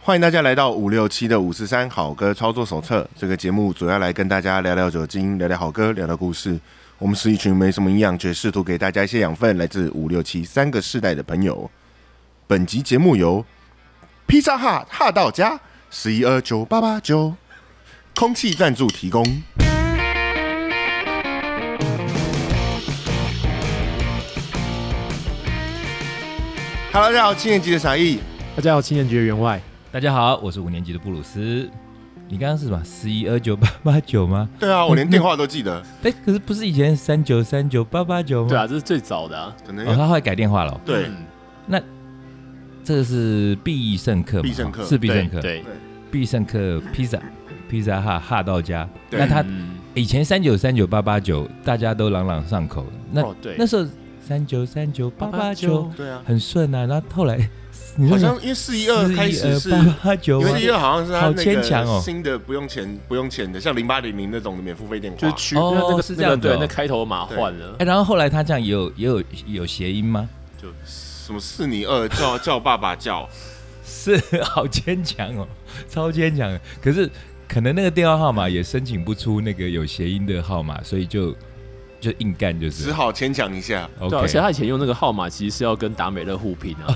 欢迎大家来到567的543好歌操作手册。这个节目主要来跟大家聊聊酒精，聊聊好歌，聊聊故事。我们是一群没什么营养，却试图给大家一些养分，来自567三个世代的朋友。本集节目由披萨哈到家11298889空气赞助提供。Hello， 大家好，7年级的傻义。 大家好，7年级的员外。 大家好，我是5年级的布鲁斯。你刚刚是什么11298889吗？ 对啊，我连电话都记得。 可是不是以前3939889吗？ 对啊，这是最早的啊。 可能他后来改电话了。 对， 那这个是必胜客吗？ 必胜客是必胜客。 对， 必胜客披萨哈到家。 对那他以前3939889大家都朗朗上口。那时候3939889， 对啊， 很顺啊。然后后来。 好像因为412开始是 889， 因为412好像是他那个新的不用钱的，像0800那种的免付费电话， 就是那个是这样对，那开头码换了。 然后后来他这样也有谐音吗？ 就什么4你2叫爸爸叫， 是好牵强哦，超牵强的。可是可能那个电话号码也申请不出那个有谐音的号码，所以就硬干，就是只好牵强一下。 对，而且他以前用那个号码其实是要跟达美乐互拼啊。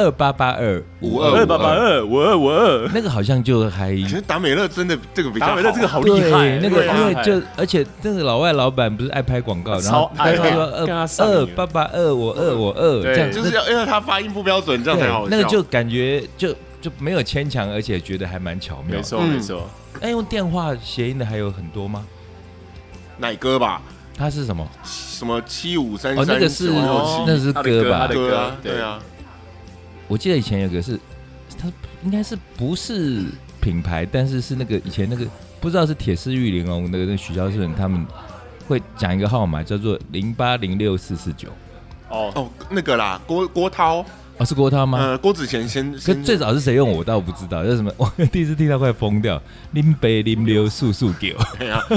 288252，那个好像就还。 其实达美乐真的这个比较好， 达美乐这个好厉害， 那个因为就而且这个老外老板不是爱拍广告，然后他说2882我2，这样就是要他发音不标准，这样才好笑。 那个就感觉就没有牵强，而且觉得还蛮巧妙。 没错没错。 那用电话谐音的还有很多吗？ 奶哥吧？ 他是什么 7533？ 哦，那个是歌吧？ 歌啊，对啊。 我记得以前有个是，它应该是不是品牌，但是是那个以前那个不知道是铁狮玉玲珑的那个许孝顺他们会讲一个号码叫做0806449。 哦，那个啦，郭涛。 哦，是郭涛吗？ 郭子乾先。 可最早是谁用我倒不知道，叫什么？我第一次听到快疯掉，08064499。 对啊。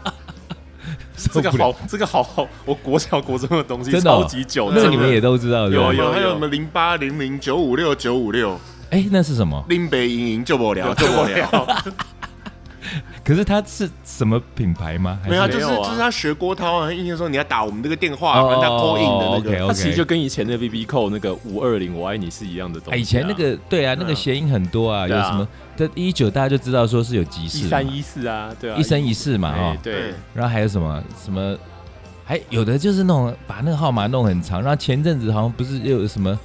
这个好，我国小国中的东西真的超级久的， 那个你们也都知道。 有，还有什么08009569556？ 那是什么？ 林北莹莹救不了。 可是他是什么品牌吗？ 没有，就是他学郭涛啊，硬说你要打我们这个电话，反正他 call in 的那个， 他其实就跟以前的 BB Call 那个520我爱你是一样的东西。 以前那个对啊，那个谐音很多啊，有什么的19大家就知道说是有急事 ，1314啊，对啊， 一生一世嘛，哦， 对。 然后还有什么，还有的就是那种把那个号码弄很长，然后前阵子好像不是又有什么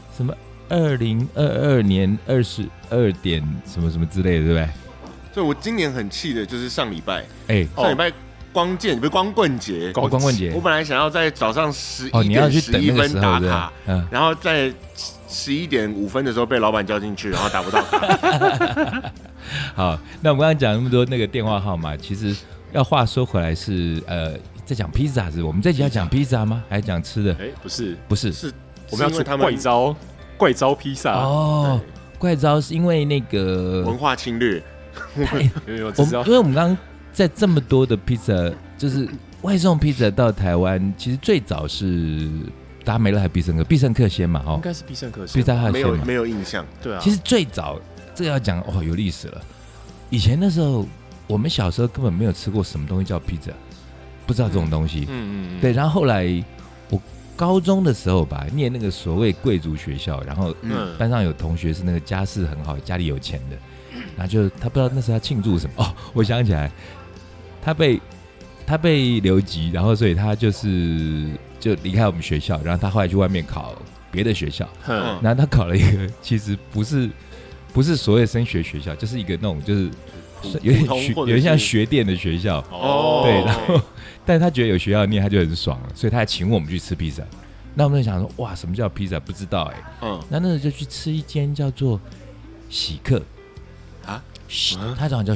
2022年22点什么什么之类的，对不对？ 所以我今年很气的就是上礼拜光棍节， 光棍节， 我本来想要在早上11点11分打卡，然后在11点5分的时候被老板叫进去，然后打不到卡。 好，那我们刚刚讲那么多那个电话号码，其实要话说回来是在讲披萨，是我们这集要讲披萨吗？还是讲吃的？ 不是， 是我们要出怪招披萨哦。怪招是因为那个文化侵略。 因为我们刚刚在这么多的披萨，就是外送披萨到台湾，其实最早是达美乐还是必胜客先嘛？ 应该是必胜客先， 披萨还先嘛？ 没有印象。 对啊， 其实最早这个要讲有历史了。以前那时候我们小时候根本没有吃过什么东西叫披萨，不知道这种东西。对。然后后来我高中的时候吧，念那个所谓贵族学校，然后班上有同学是那个家世很好，家里有钱的。然后他不知道那时候要庆祝什么我想起来，他被留级，然后所以他就离开我们学校，然后他后来去外面考别的学校，然后他考了一个其实不是所谓升学学校，就是一个那种就是有点像学店的学校对，然后但是他觉得有学校念他就很爽了，所以他还请我们去吃披萨。那我们就想说哇，什么叫披萨？不知道那时候就去吃一间叫做喜客。它好像叫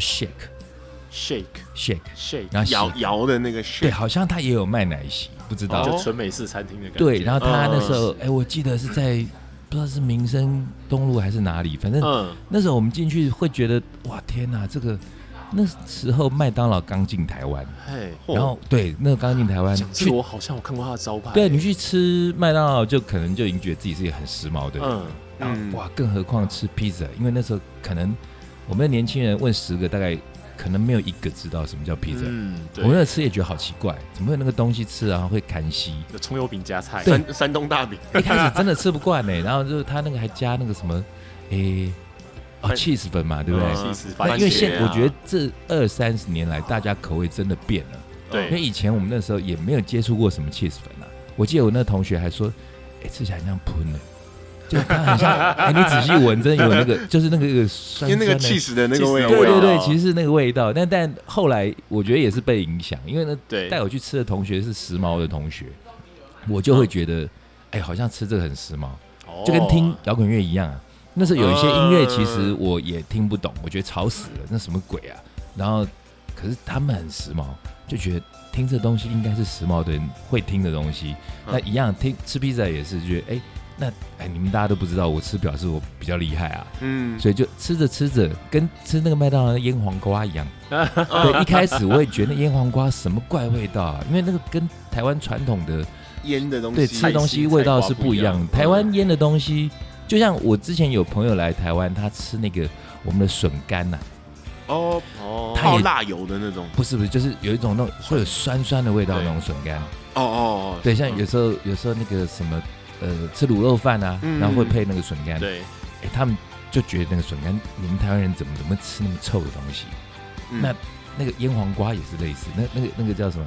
shake， 然后摇的那个 shake， 对，好像它也有卖奶昔，不知道， 就纯美式餐厅的感觉。 对，然后他那时候，我记得是在不知道是民生东路还是哪里，反正那时候我们进去会觉得，哇，天哪，这个那时候麦当劳刚进台湾，然后对，那个刚进台湾， 这个我好像有看过他的招牌。 对，你去吃麦当劳就可能就已经觉得自己是一个很时髦的人。 然后哇，更何况吃披萨，因为那时候可能我们的年轻人问10个，大概可能没有1个知道什么叫披萨。我们那吃也觉得好奇怪，怎么会有那个东西吃然后会砍稀？ 有葱油饼加菜， 山东大饼。 一开始真的吃不惯呢，然后就是他那个还加那个什么，cheese 粉嘛，对不对？cheese粉，因为我觉得这20-30年来，大家口味真的变了。 对， 因为以前我们那时候也没有接触过什么 cheese 粉啊。我记得我那个同学还说，吃起来很像喷的。就它很像，你仔细闻，真的有那个，就是那个酸因为那个cheese的那个味道， 对，其实是那个味道。但后来我觉得也是被影响，因为呢，带我去吃的同学是时髦的同学，我就会觉得，好像吃这个很时髦，就跟听摇滚乐一样啊。那时候有一些音乐，其实我也听不懂，我觉得吵死了，那什么鬼啊？然后，可是他们很时髦，就觉得听这东西应该是时髦的人会听的东西。那一样吃披萨也是觉得，那你们大家都不知道，我吃表示我比较厉害啊，所以就吃着吃着，跟吃那个麦当劳的腌黄瓜一样。对，一开始我也觉得腌黄瓜什么怪味道啊，因为那个跟台湾传统的腌的东西， 对，吃的东西味道是不一样的。台湾腌的东西，就像我之前有朋友来台湾，他吃那个我们的笋干呐， 泡辣油的那种， 不是，就是有一种那种会有酸酸的味道那种笋干。对，像有时候那个什么。吃卤肉饭啊，然后会配那个笋干。 对， 他们就觉得那个笋干，你们台湾人怎么吃那么臭的东西？那个腌黄瓜也是类似，那个叫什么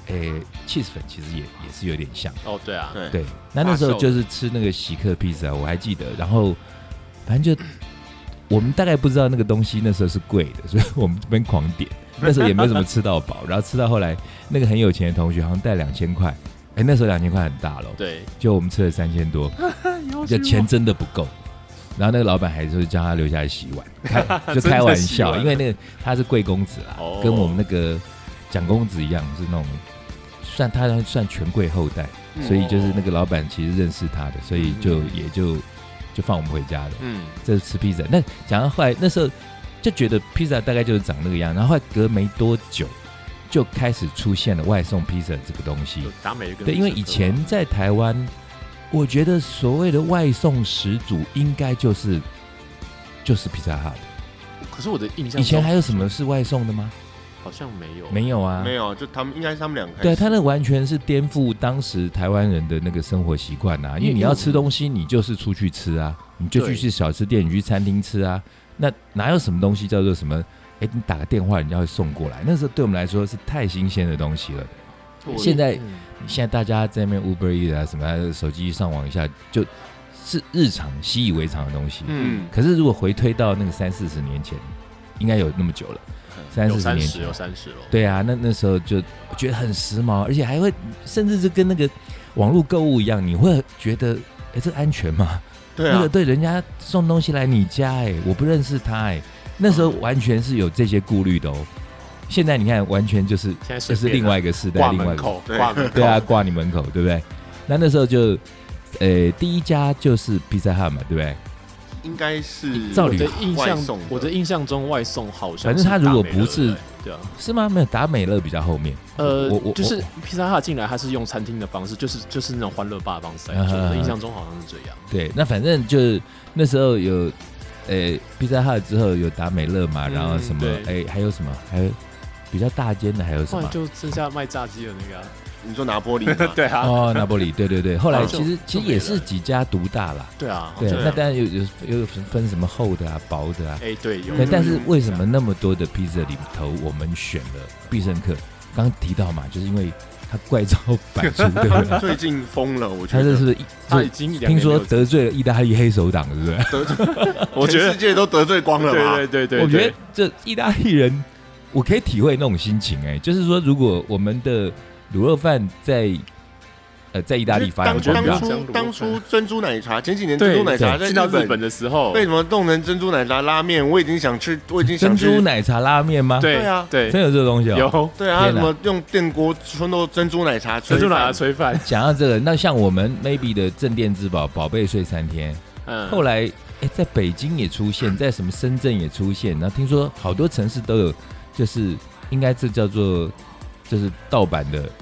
？cheese 粉其实也是有点像。 对啊， 对。那时候就是吃那个喜客披萨，我还记得。然后反正就我们大概不知道那个东西那时候是贵的，所以我们这边狂点。那时候也没有什么吃到饱，然后吃到后来，那个很有钱的同学好像带2000块。那时候2000块很大了， 对， 就我们吃了3000多，就钱真的不够。然后那个老板还是叫他留下来洗碗，就开玩笑，因为那个他是贵公子啦，跟我们那个蒋公子一样，是那种他算权贵后代，所以就是那个老板其实认识他的，所以就放我们回家了。这是吃披萨。那讲到后来那时候就觉得披萨大概就是长那个样，然后后来隔没多久。就开始出现了外送披萨这个东西，对，因为以前在台湾，我觉得所谓的外送始祖应该就是披萨哈的。 可是我的印象， 以前还有什么是外送的吗？ 好像没有， 没有啊， 没有，就应该是他们两个。 对，他那完全是颠覆当时台湾人的那个生活习惯啊，因为你要吃东西，你就是出去吃啊，你就去小吃店，你去餐厅吃啊，那哪有什么东西叫做什么？你打个电话，人家会送过来。那时候对我们来说是太新鲜的东西了。现在大家在那边 Uber Eats 啊什么，手机上网一下，就是日常习以为常的东西。可是如果回推到那个30-40年前，应该有那么久了，30-40年前有30了。 对啊，那时候就我觉得很时髦，而且还会甚至是跟那个网络购物一样，你会觉得这安全吗？ 对啊， 那个对人家送东西来你家，我不认识他，那时候完全是有这些顾虑的哦。现在你看，完全就是另外一个世代，另外一个对啊，挂你门口，对不对？那时候就，第一家就是披萨汉嘛，对不对？ 应该是照理我的印象中外送好像， 反正他如果不是， 对啊， 是吗？没有，达美乐比较后面。 就是披萨哈进来，他是用餐厅的方式，就是那种欢乐霸的方式。我的印象中好像是这样。 对，那反正就是那时候有。披萨哈之后有达美乐嘛，然后什么还有什么，还有比较大间的还有什么？ 就剩下卖炸鸡的那个。 你说拿玻璃吗？ 对啊。 拿玻璃，对。后来其实也是几家独大啦。 对啊。 对，那当然有分什么厚的啊、薄的啊。 对，有。 但是为什么那么多的披萨里头，我们选了必胜客？刚刚提到嘛，就是因为他怪招百出，对不对？ 最近疯了，我觉得。 他这是他已经听说得罪了意大利黑手党，对不对？ 得罪，我觉得全世界都得罪光了吧？ 对。 我觉得这意大利人，我可以体会那种心情，就是说，如果我们的卤肉饭在意大利发扬光大， 当初珍珠奶茶前几年珍珠奶茶在日本的时候， 为什么弄成珍珠奶茶拉面？我已经想去珍珠奶茶拉面吗？ 对啊， 对， 真有这个东西有。 对啊，什么用电锅弄珍珠奶茶炊饭？ 讲到这个，那像我们 maybe 的镇店之宝宝贝睡3天，后来在北京也出现，在什么深圳也出现，然后听说好多城市都有，就是应该这叫做就是盗版的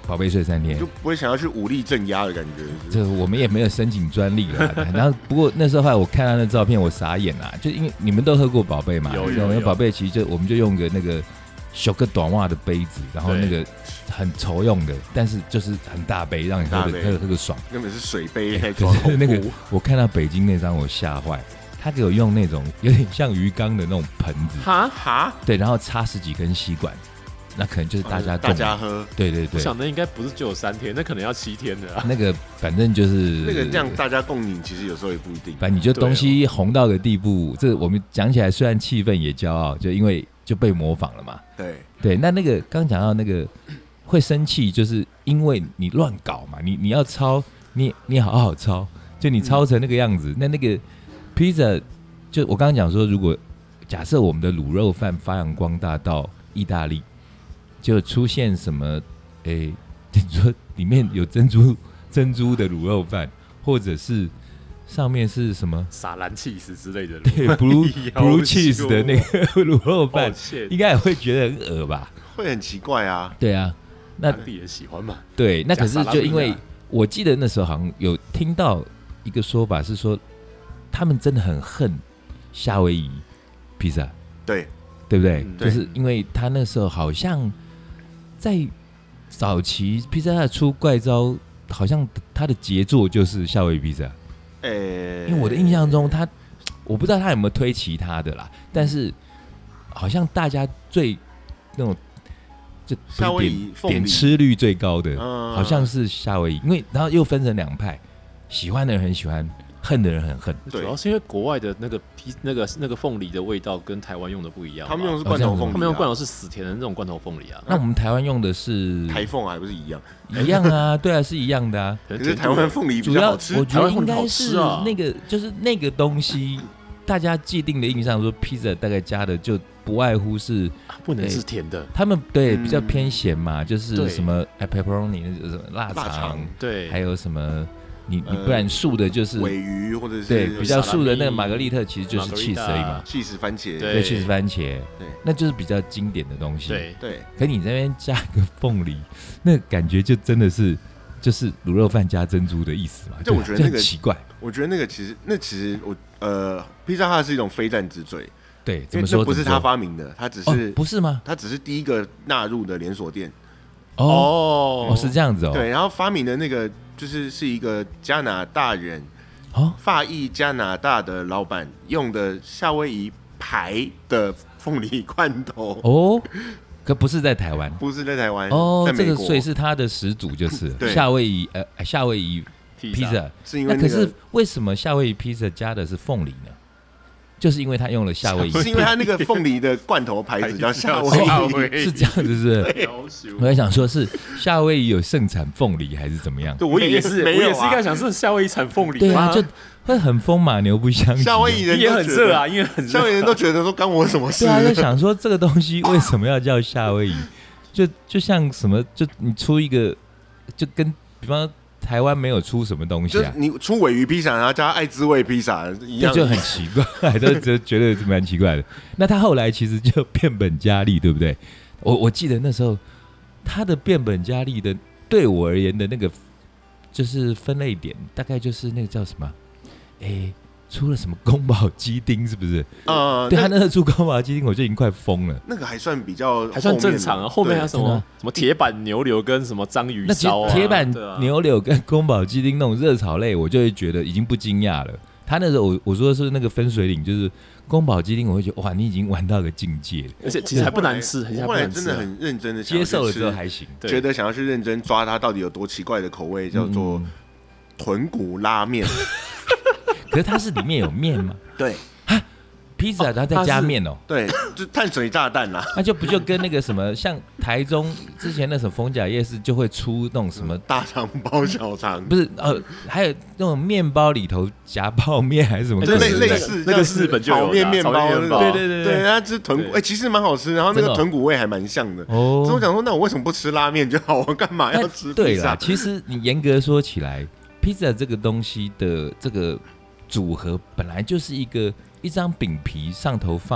宝贝睡3天， 就不会想要去武力镇压的感觉。 这我们也没有申请专利了。然后不过那时候后来我看到那照片，我傻眼啦，就因为你们都喝过宝贝嘛，有宝贝其实我们就用个那个小个短袜的杯子，然后那个很稠用的，但是就是很大杯，让你喝个爽。 根本是水杯在装。 那个我看到北京那张我吓坏，他给我用那种有点像鱼缸的那种盆子，对，然后插10几根吸管。那可能就是大家喝，对对对。 我想那应该不是只有3天，那可能要7天的啊。 那个反正就是那个这样大家共饮，其实有时候也不一定。 反正你就东西红到个地步，这我们讲起来虽然气愤也骄傲，就因为就被模仿了嘛。 对对，那个刚讲到那个会生气，就是因为你乱搞嘛，你要抄，你好好抄，就你抄成那个样子，那个披萨，就我刚刚讲说，如果假设我们的卤肉饭发扬光大到意大利。就出现什么，你说里面有珍珠的卤肉饭，或者是上面是什么撒蓝起司之类的， 对 blue cheese 的那个卤肉饭，应该也会觉得很恶吧？ 会很奇怪啊。 对啊，那当地人喜欢嘛？ 对，那可是就因为我记得那时候好像有听到一个说法是说，他们真的很恨夏威夷披萨， 对不对？就是因为他那时候好像。在早期披萨他出怪招，好像他的杰作就是夏威夷披萨。因为我的印象中我不知道他有没有推其他的啦，但是好像大家最那种就夏威夷点吃率最高的，好像是夏威夷，因为然后又分成2派，喜欢的人很喜欢。恨的人很恨， 主要是因为国外的那个凤梨的味道跟台湾用的不一样。 他们用的是罐头凤梨， 他们用罐头是死甜的那种罐头凤梨啊。 那我们台湾用的是台凤还不是一样？ 一样啊，对啊，是一样的啊。 可是台湾凤梨比较好吃， 我觉得应该是那个就是那个东西，大家既定的印象说披萨大概加的就不外乎是不能是甜的， 他们对比较偏咸嘛，就是什么 pepperoni 什么腊肠， 对， 还有什么。你不然素的就是鲔鱼或者是对比较素的那个玛格丽特，其实就是 cheese 而已嘛 ，cheese 番茄， 对 cheese 番茄，对，那就是比较经典的东西。 对， 可你这边加一个凤梨，那感觉就真的是就是卤肉饭加珍珠的意思嘛？ 就我觉得那个奇怪， 我觉得那个其实披萨它是一种非战之罪。 对，怎么说？ 不是他发明的，他只是不是吗？ 他只是第一个纳入的连锁店。 是这样子哦。 对，然后发明的那个。是一个加拿大人，法裔加拿大的老板用的夏威夷牌的凤梨罐头可不是在台湾， 不是在台湾这个所以是他的始祖就是夏威夷披萨， 是因为可是为什么夏威夷披萨加的是凤梨呢？就是因为他用了夏威夷， 是因为他那个凤梨的罐头牌子叫夏威夷， 是这样子，是不是？我在想说，是夏威夷有盛产凤梨还是怎么样？ 对，我也是应该想是夏威夷产凤梨， 对啊，就会很风马牛不相及。 夏威夷人也很热啊，因为很热， 夏威夷人都觉得说干我什么事？ 对啊，就想说这个东西为什么要叫夏威夷？就像什么，就你出一个，就跟比方。台湾没有出什么东西啊， 你出鲔鱼披萨，然后加爱滋味披萨一样， 就很奇怪，都觉得蛮奇怪的。那他后来其实就变本加厉，对不对？我记得那时候他的变本加厉的，对我而言的那个就是分类点，大概就是那个叫什么？出了什么宫保鸡丁是不是？对，他那个出宫保鸡丁，我就已经快疯了。 那个还算正常啊，后面还有什么铁板牛柳跟什么章鱼烧啊？ 铁板牛柳跟宫保鸡丁那种热炒类，我就会觉得已经不惊讶了。他那时候我说的是那个分水岭，就是宫保鸡丁，我会觉得哇，你已经玩到个境界了， 而且其实还不难吃， 后来真的很认真的接受了之后还行， 觉得想要去认真抓它到底有多奇怪的口味，叫做豚骨拉面。 可是它是里面有面吗？ 对， 披萨它再加面对，就碳水炸弹啦。 那就不就跟那个什么，像台中之前那什么逢甲夜市就会出那种什么大肠包小肠， 不是还有那种面包里头夹泡面还是什么？ 类似那个日本就有炒面面包， 对， 它是豚骨，其实蛮好吃，然后那个豚骨味还蛮像的。所以我想说，那我为什么不吃拉面就好？我干嘛要吃披萨？ 对啦，其实你严格说起来，披萨这个东西的这个组合本来就是一张饼皮上头放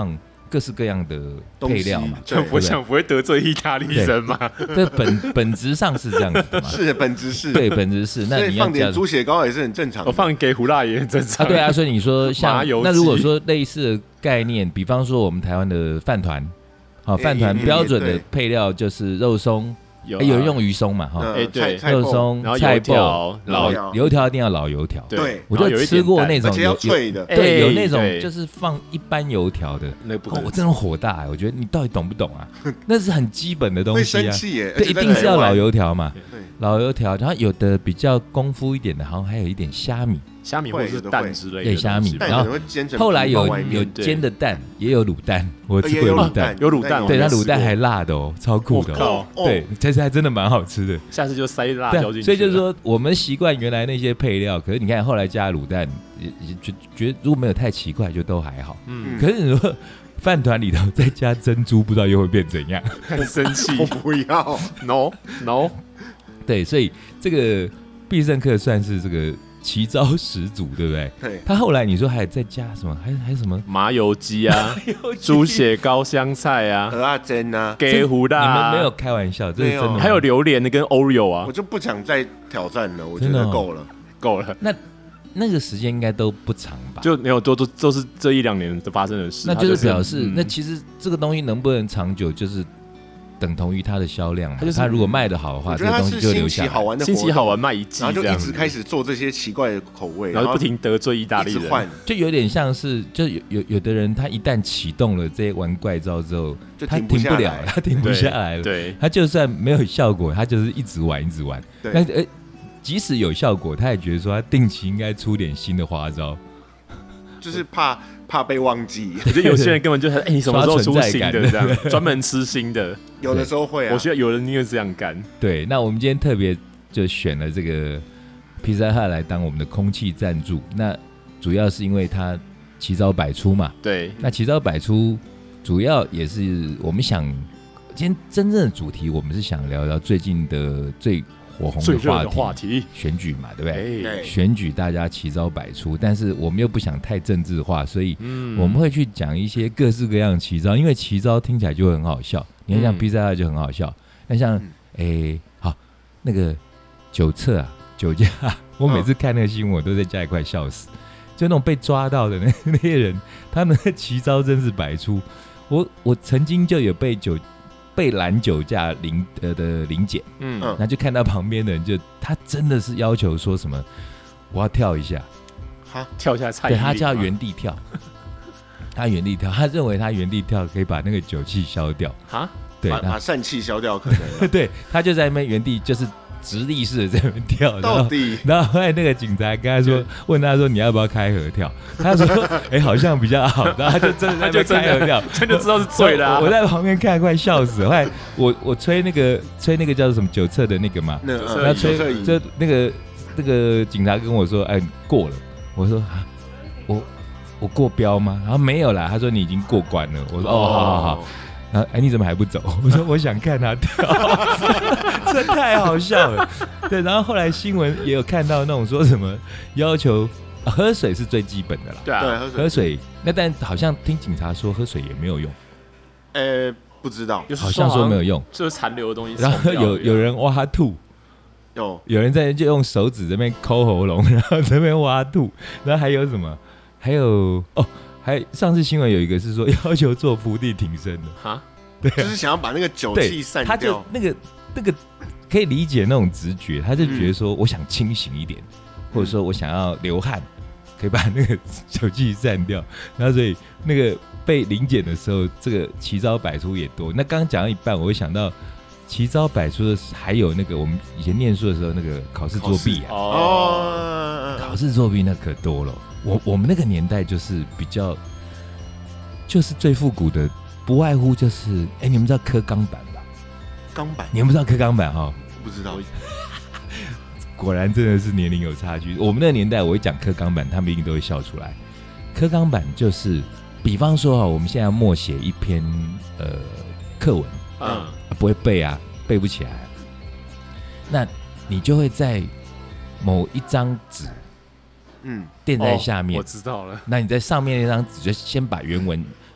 各式各样的配料嘛。 我想不会得罪意大利人嘛？ 这本质上是这样子的嘛？ 是本质是， 对，本质是。那你要放点猪血糕也是很正常的。 我放给胡辣也很正常。 对啊，所以你说像那如果说类似的概念，比方说我们台湾的饭团，好，饭团标准的配料就是肉松。有人用鱼松嘛？哈， 对， 肉松、菜脯、油条一定要老油条。 对， 我就吃过那种而且要脆的， 对，有那种就是放一般油条的， 那不我真的火大，我觉得你到底懂不懂啊？那是很基本的东西啊， 会生气耶， 对，一定是要老油条嘛，老油条，然后有的比较功夫一点的，好像还有一点虾米或者是蛋之类的， 对，虾米，然后后来有煎的蛋，也有卤蛋，我吃过卤蛋， 有卤蛋， 对，它卤蛋还辣的哦，超酷的哦，对，其实还真的蛮好吃的。 下次就塞辣椒进去。 所以就是说，我们习惯原来那些配料，可是你看后来加卤蛋，觉得如果没有太奇怪，就都还好。可是你说饭团里头再加珍珠，不知道又会变怎样？ 很生气， 我不要 ，no。 对，所以这个必胜客算是这个奇招始祖，对不对？ 对。 他后来你说还再加什么？还什么麻油鸡啊，猪血糕香菜啊， 蚵仔煎啊， 给胡辣， 你们没有开玩笑，这是真的。 还有榴莲的跟 Oreo 啊， 我就不想再挑战了，我觉得够了， 够了。 那个时间应该都不长吧？ 就没有都是这1-2年发生的事。 那就是表示，那其实这个东西能不能长久，就是等同于它的销量嘛。它如果卖得好的话，这个东西就留下来。 新奇好玩卖一季， 然后就一直开始做这些奇怪的口味， 然后不停得罪意大利人， 就有点像是，就有的人他一旦启动了这些玩怪招之后，他停不了，他停不下来了。 对， 他就算没有效果，他就是一直玩。那即使有效果，他也觉得说他定期应该出点新的花招， 就是怕被忘记。 我觉得有些人根本就是你什么时候出新的这样，专门吃新的。 有的时候会啊， 我觉得有人宁愿这样干。 对，那我们今天特别就选了这个披萨哈来当我们的空气赞助。那主要是因为它奇招百出嘛。 对， 那奇招百出，主要也是我们想今天真正的主题，我们是想聊聊最近的最火红的话题，选举嘛，对不对？选举大家奇招百出，但是我们又不想太政治化，所以我们会去讲一些各式各样的奇招，因为奇招听起来就会很好笑。你看像披萨就很好笑，那像好那个酒测啊，酒驾，我每次看那个新闻，我都在家里快笑死。就那种被抓到的那些人，他们的奇招真是百出。我曾经就有被拦酒驾的临检，那就看到旁边的人他真的是要求说什么，我要跳一下， 跳一下菜， 对，他就要原地跳，他认为他原地跳可以把那个酒气消掉，对， 把疝气消掉可能， 对，他就在那边原地就是直立式的在那边跳， 到底， 然后后来那个警察跟他说，问他说你要不要开合跳？他说好像比较好，然后他就真的开合跳， 他就知道是醉了。 我在旁边看快笑死了。后来我吹那个叫做什么酒测的那个嘛，那吹就那个警察跟我说，过了。我说我过标吗？然后没有啦，他说你已经过关了。我说好。然后你怎么还不走？我说我想看他跳，这太好笑了。对，然后后来新闻也有看到那种说什么要求喝水是最基本的啦。 对啊， 喝水。那但好像听警察说喝水也没有用。 不知道， 好像说没有用， 就是残留的东西。 然后有人挖吐，有人在就用手指这边抠喉咙，然后这边挖吐，然后还有什么？还有上次新闻有一个是说要求做伏地挺身的，对， 就是想要把那个酒气散掉。 他就那个可以理解那种直觉，他就觉得说我想清醒一点，或者说我想要流汗，可以把那个酒气散掉。然后所以那个被临检的时候，这个奇招百出也多。那刚刚讲到一半，我会想到奇招百出的还有那个我们以前念书的时候那个考试作弊考试作弊那可多了。我们那个年代就是比较，就是最复古的，不外乎就是你们知道刻钢板吧？ 钢板， 你们不知道刻钢板哈？ 不知道。 果然真的是年龄有差距。我们那个年代，我一讲刻钢板，他们一定都会笑出来。刻钢板就是，比方说我们现在要默写一篇课文，不会背啊，背不起来，那你就会在某一张纸。垫在下面， 我知道了。 那你在上面那张纸就先把原文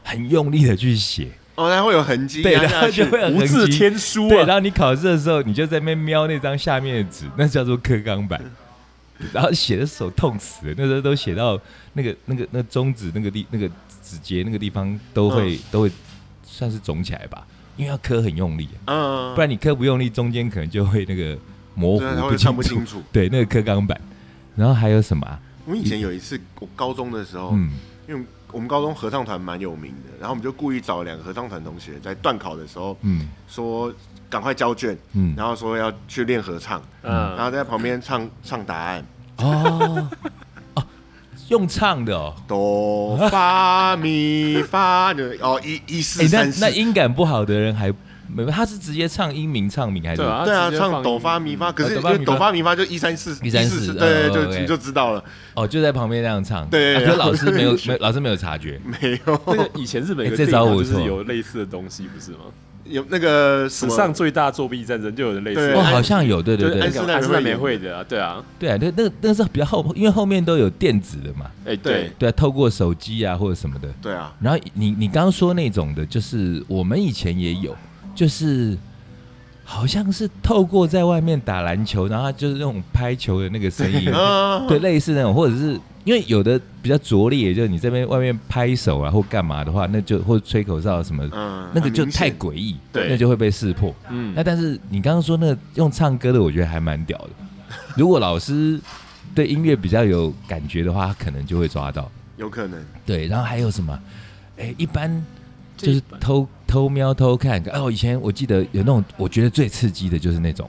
很用力的去写。 哦，它会有痕迹， 对，然后就会有痕迹， 无字天书啊。 对，然后你考试的时候，你就在那边瞄那张下面的纸，那叫做刻钢板。然后写的手痛死了，那时候都写到那个中指那个指节那个地方都会算是肿起来吧，因为要刻很用力，不然你刻不用力，中间可能就会那个模糊看不清楚。 对，那个刻钢板。然后还有什么啊？ 我们以前有一次，我高中的时候，因为我们高中合唱团蛮有名的，然后我们就故意找2个合唱团同学在段考的时候，说赶快交卷，然后说要去练合唱，然后在旁边唱答案。 哦，用唱的哦， 哆发咪发哦1、4、3、4。 那音感不好的人还没，他是直接唱英名唱名还是？ 对啊，唱哆发咪发，可是因为哆发咪发就1、3、4，1、3、4，对，你就知道了。 哦，就在旁边那样唱， 对， 可是老师没有察觉， 没有。 那个以前日本有个电影就是有类似的东西，不是吗？ 有那个史上最大作弊战争就有类似的， 好像有，对， 安室奈美惠的啊，对啊， 那是比较后，因为后面都有电子的嘛， 对啊，透过手机啊或者什么的， 对啊。 然后你刚刚说那种的，就是我们以前也有，就是好像是透过在外面打篮球，然后就是那种拍球的那个声音，对，类似那种，或者是因为有的比较拙劣，就是你这边外面拍手啊或干嘛的话，那就或者吹口哨什么，那个就太诡异，那就会被识破。那但是你刚刚说那个用唱歌的，我觉得还蛮屌的。如果老师对音乐比较有感觉的话，他可能就会抓到， 有可能。 对，然后还有什么？一般就是偷瞄偷看。哦，以前我记得有那种，我觉得最刺激的就是那种，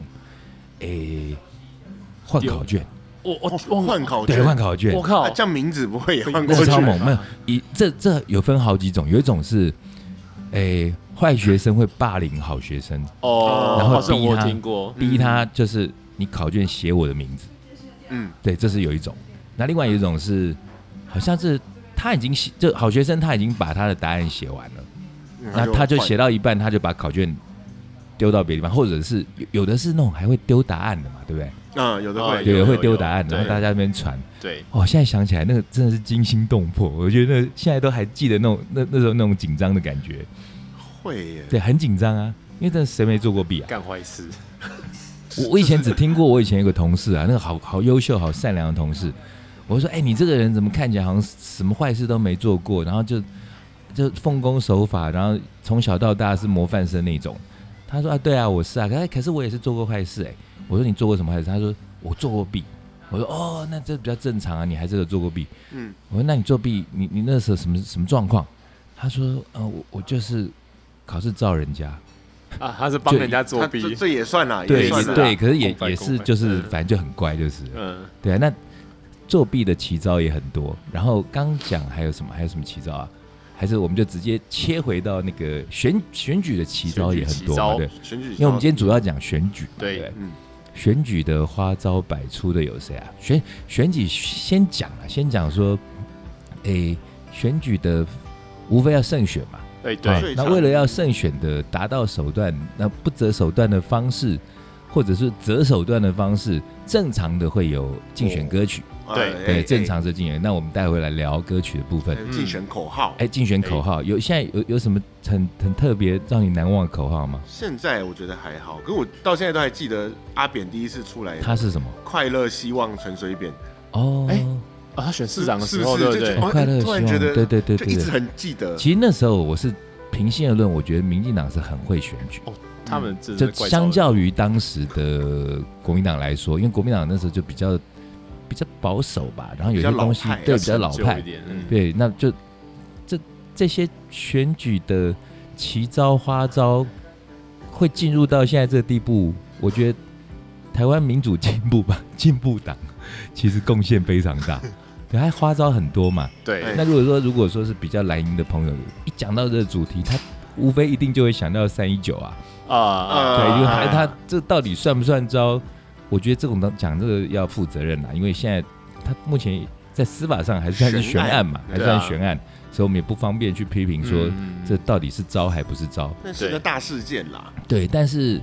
换考卷。 换考卷， 对，换考卷。 我靠， 这样名字不会也换过去？ 超猛！没有，这有分好几种，有一种是，坏学生会霸凌好学生，然后逼他就是你考卷写我的名字，对，这是有一种。那另外一种是，好像是他已经就好学生他已经把他的答案写完了，那他就写到一半，他就把考卷丢到别的地方，或者是有的是那种还会丢答案的嘛，对不对？ 有的会， 对，会丢答案，然后大家在那边传。 对， 现在想起来，那个真的是惊心动魄。我觉得现在都还记得那时候那种紧张的感觉。 会耶， 对，很紧张啊，因为真的谁没做过弊啊？ 干坏事。 我以前只听过，我以前有个同事啊，那个好优秀、好善良的同事。我说，你这个人怎么看起来好像什么坏事都没做过，然后就奉公守法，然后从小到大是模范生那种。他说对啊，我是啊，可是我也是做过坏事我说你做过什么坏事？他说我做过弊。我说那这比较正常啊，你还是有做过弊。我说那你作弊，你那时候什么状况？他说我就是考试照人家啊，他是帮人家作弊， 这也算啦， 对，可是也是就是反正就很乖，就是对啊。那作弊的奇招也很多，然后刚讲还有什么奇招啊？还是我们就直接切回到那个选举的奇招也很多嘛，对，因为我们今天主要讲选举，对，选举的花招百出的有谁啊？选举先讲说，选举的无非要胜选嘛， 对， 那为了要胜选的达到手段，那不择手段的方式，或者是择手段的方式，正常的会有竞选歌曲。对，正常是竞选。那我们待会来聊歌曲的部分。 竞选口号， 竞选口号现在有什么很特别让你难忘的口号吗？ 现在我觉得还好，可是我到现在都还记得阿扁第一次出来， 他是什么？ 快乐希望陈水扁。 他选市长的时候，对不对？ 快乐希望，对， 就一直很记得。 其实那时候我是平心而论，我觉得民进党是很会选举。 他们就相较于当时的国民党来说，因为国民党那时候就比较保守吧，然后有些东西对比较老派，对，那就这些选举的奇招花招会进入到现在这个地步，我觉得台湾民主进步党其实贡献非常大，对，他花招很多嘛， 对。 那如果说是比较蓝营的朋友，一讲到这个主题，他无非一定就会想到319对，因为他这到底算不算招？我觉得这种讲这个要负责任啦，因为现在他目前在司法上还算是悬案嘛，还算悬案，所以我们也不方便去批评说这到底是招还不是招。 那是个大事件啦。 对，但是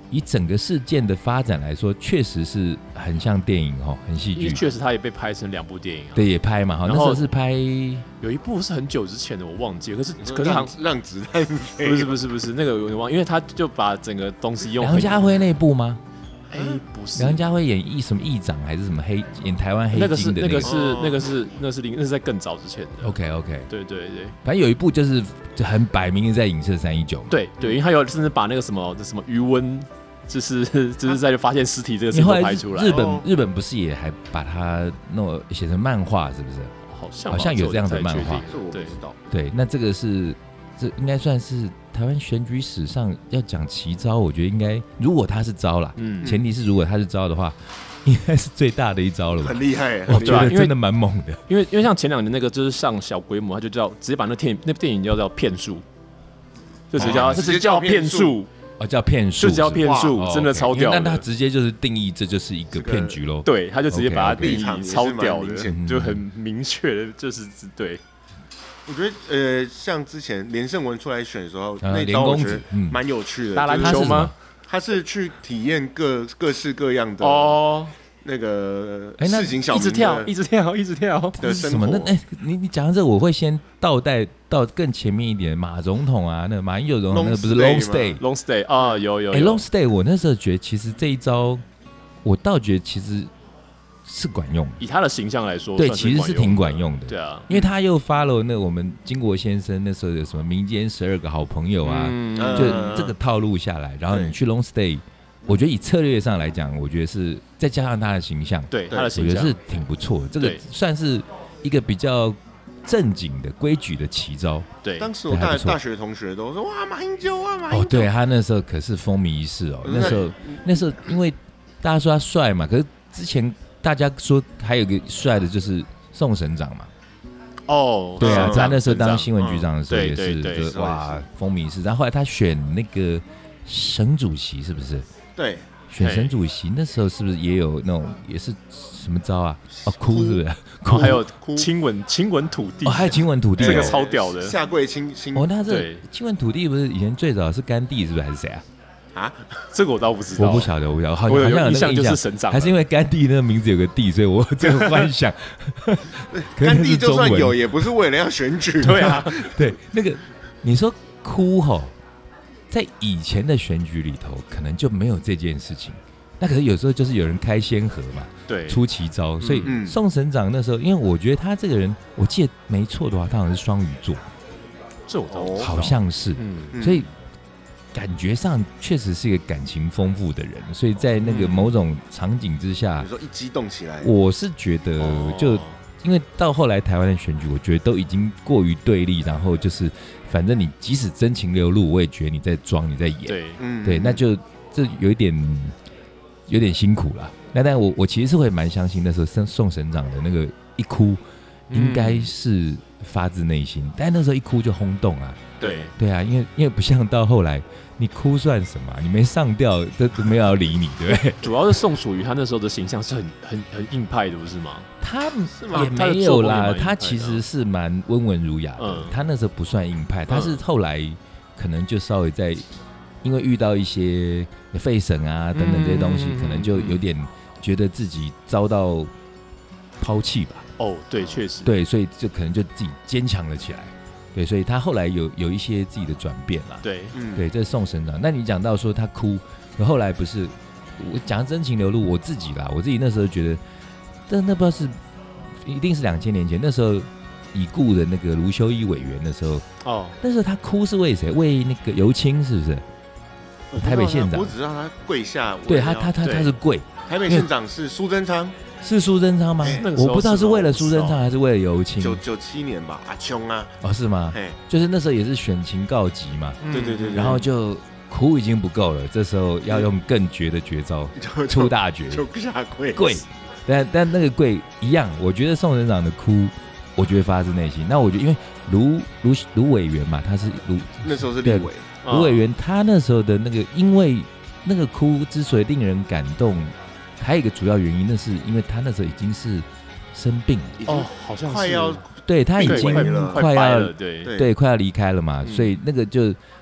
以整个事件的发展来说，确实是很像电影哦，很戏剧。 确实，它也被拍成2部电影啊。 对，也拍嘛，那时候是拍有一部是很久之前的，我忘记了。可是让子弹飞， 不是那个我忘，因为他就把整个东西用梁家辉那部吗？ 不是， 梁家辉演什么议长还是什么演台湾黑金的那个是在更早之前的。 OK， 对， 反正有一部就是很摆明的在影射319。 对，因为他有甚至把那个什么余温，就是在发现尸体这个事情拍出来。 日本不是也还把它写成漫画，是不是？好像有这样的漫画， 这我不知道。 对，那这应该算是台湾选举史上要讲奇招，我觉得应该，如果他是招啦，前提是如果他是招的话，应该是最大的一招了吧？ 很厉害， 我觉得真的蛮猛的。 因为像前2年那个就是上小规模，他就直接把那电影叫骗术，就直接叫骗术。 叫骗术， 就叫骗术，真的超屌的。 那他直接就是定义这就是一个骗局喽。 对，他就直接把它定义超屌的，就很明确的，就是对。 我觉得像之前连胜文出来选的时候，那招我觉得蛮有趣的。 打篮球吗？ 他是去体验各式各样的那个市井小民一直跳的生活。 你讲到这，我会先倒带到更前面一点，马总统啊，那马英九总统那个不是 long stay 啊，有。 long stay， 我那时候觉得其实这一招，我倒觉得其实是管用的， 以他的形象来说， 对，其实是挺管用的。 对啊， 因为他又 follow 那我们金国先生那时候有什么民间12个好朋友啊，就这个套路下来，然后你去 long stay。我觉得以策略上来讲，我觉得是再加上他的形象， 对他的形象， 我觉得是挺不错的。这个算是一个比较正经的规矩的奇招。 对， 当时我大学同学都说哇马英九啊马英九。 对他那时候可是风靡一世哦。那时候因为大家说他帅嘛，可是之前大家说还有个帅的就是宋省长嘛。对啊，他那时候当新闻局长的时候也是哇风靡一世。然后后来他选那个省主席是不是？ 对， 选省主席那时候是不是也有那种也是什么招啊？哭是不是？ 还有亲吻土地， 还有亲吻土地， 这个超屌的。 下跪亲。 那这亲吻土地不是以前最早是甘地是不是还是谁啊？ 这个我倒不知道， 我不晓得，好像有那个印象就是省长， 还是因为甘地那个名字有个地，所以我这个幻想。 甘地就算有，也不是为了要选举。 对啊， 对，那个你说哭吼。在以前的选举里头，可能就没有这件事情。那可是有时候就是有人开先河嘛， 对， 出奇招。所以宋省长那时候，因为我觉得他这个人，我记得没错的话，他好像是双鱼座， 这我好像是。所以感觉上确实是一个感情丰富的人。所以在那个某种场景之下， 有时候一激动起来， 我是觉得就。因为到后来台湾的选举，我觉得都已经过于对立，然后就是反正你即使真情流露，我也觉得你在装，你在演，对，那就这有点辛苦啦。那但我其实是会蛮相信那时候宋省长的那个一哭，应该是发自内心，但那时候一哭就轰动啊。对啊，因为不像到后来，你哭算什么？你没上吊，都没有要理你，对不对？ 主要是宋楚瑜他那时候的形象是很硬派的，不是吗？ 他也没有啦，他其实是蛮温文儒雅的。他那时候不算硬派，他是后来可能就稍微在，因为遇到一些废省啊等等这些东西，可能就有点觉得自己遭到抛弃吧。 对，确实， 对，所以就可能就自己坚强了起来。对，所以他后来有一些自己的转变啦。 对， 对，这是宋省长。那你讲到说他哭，后来不是我讲真情流露，我自己那时候觉得，但那不知道是一定是2000年前，那时候已故的那个卢修一委员的时候，那时候他哭是为谁？为那个尤清是不是？台北县长， 我只让他跪下。 对他是跪。 台北县长是苏贞昌。 是苏贞昌吗？我不知道是为了苏贞昌还是为了尤清。 97年吧，阿琼啊。 是吗？就是那时候也是选情告急嘛。 对。 然后就哭已经不够了，这时候要用更绝的绝招，出大绝， 就下跪。但那个跪一样，我觉得宋省长的哭，我觉得发自内心。那我觉得因为卢委员嘛，他是那时候是立委， 卢委员他那时候的那个，因为那个哭之所以令人感动。还有一个主要原因，那是因为他那时候已经是生病了，好像是快要， 对他已经快要对， 快要离开了嘛，所以那个就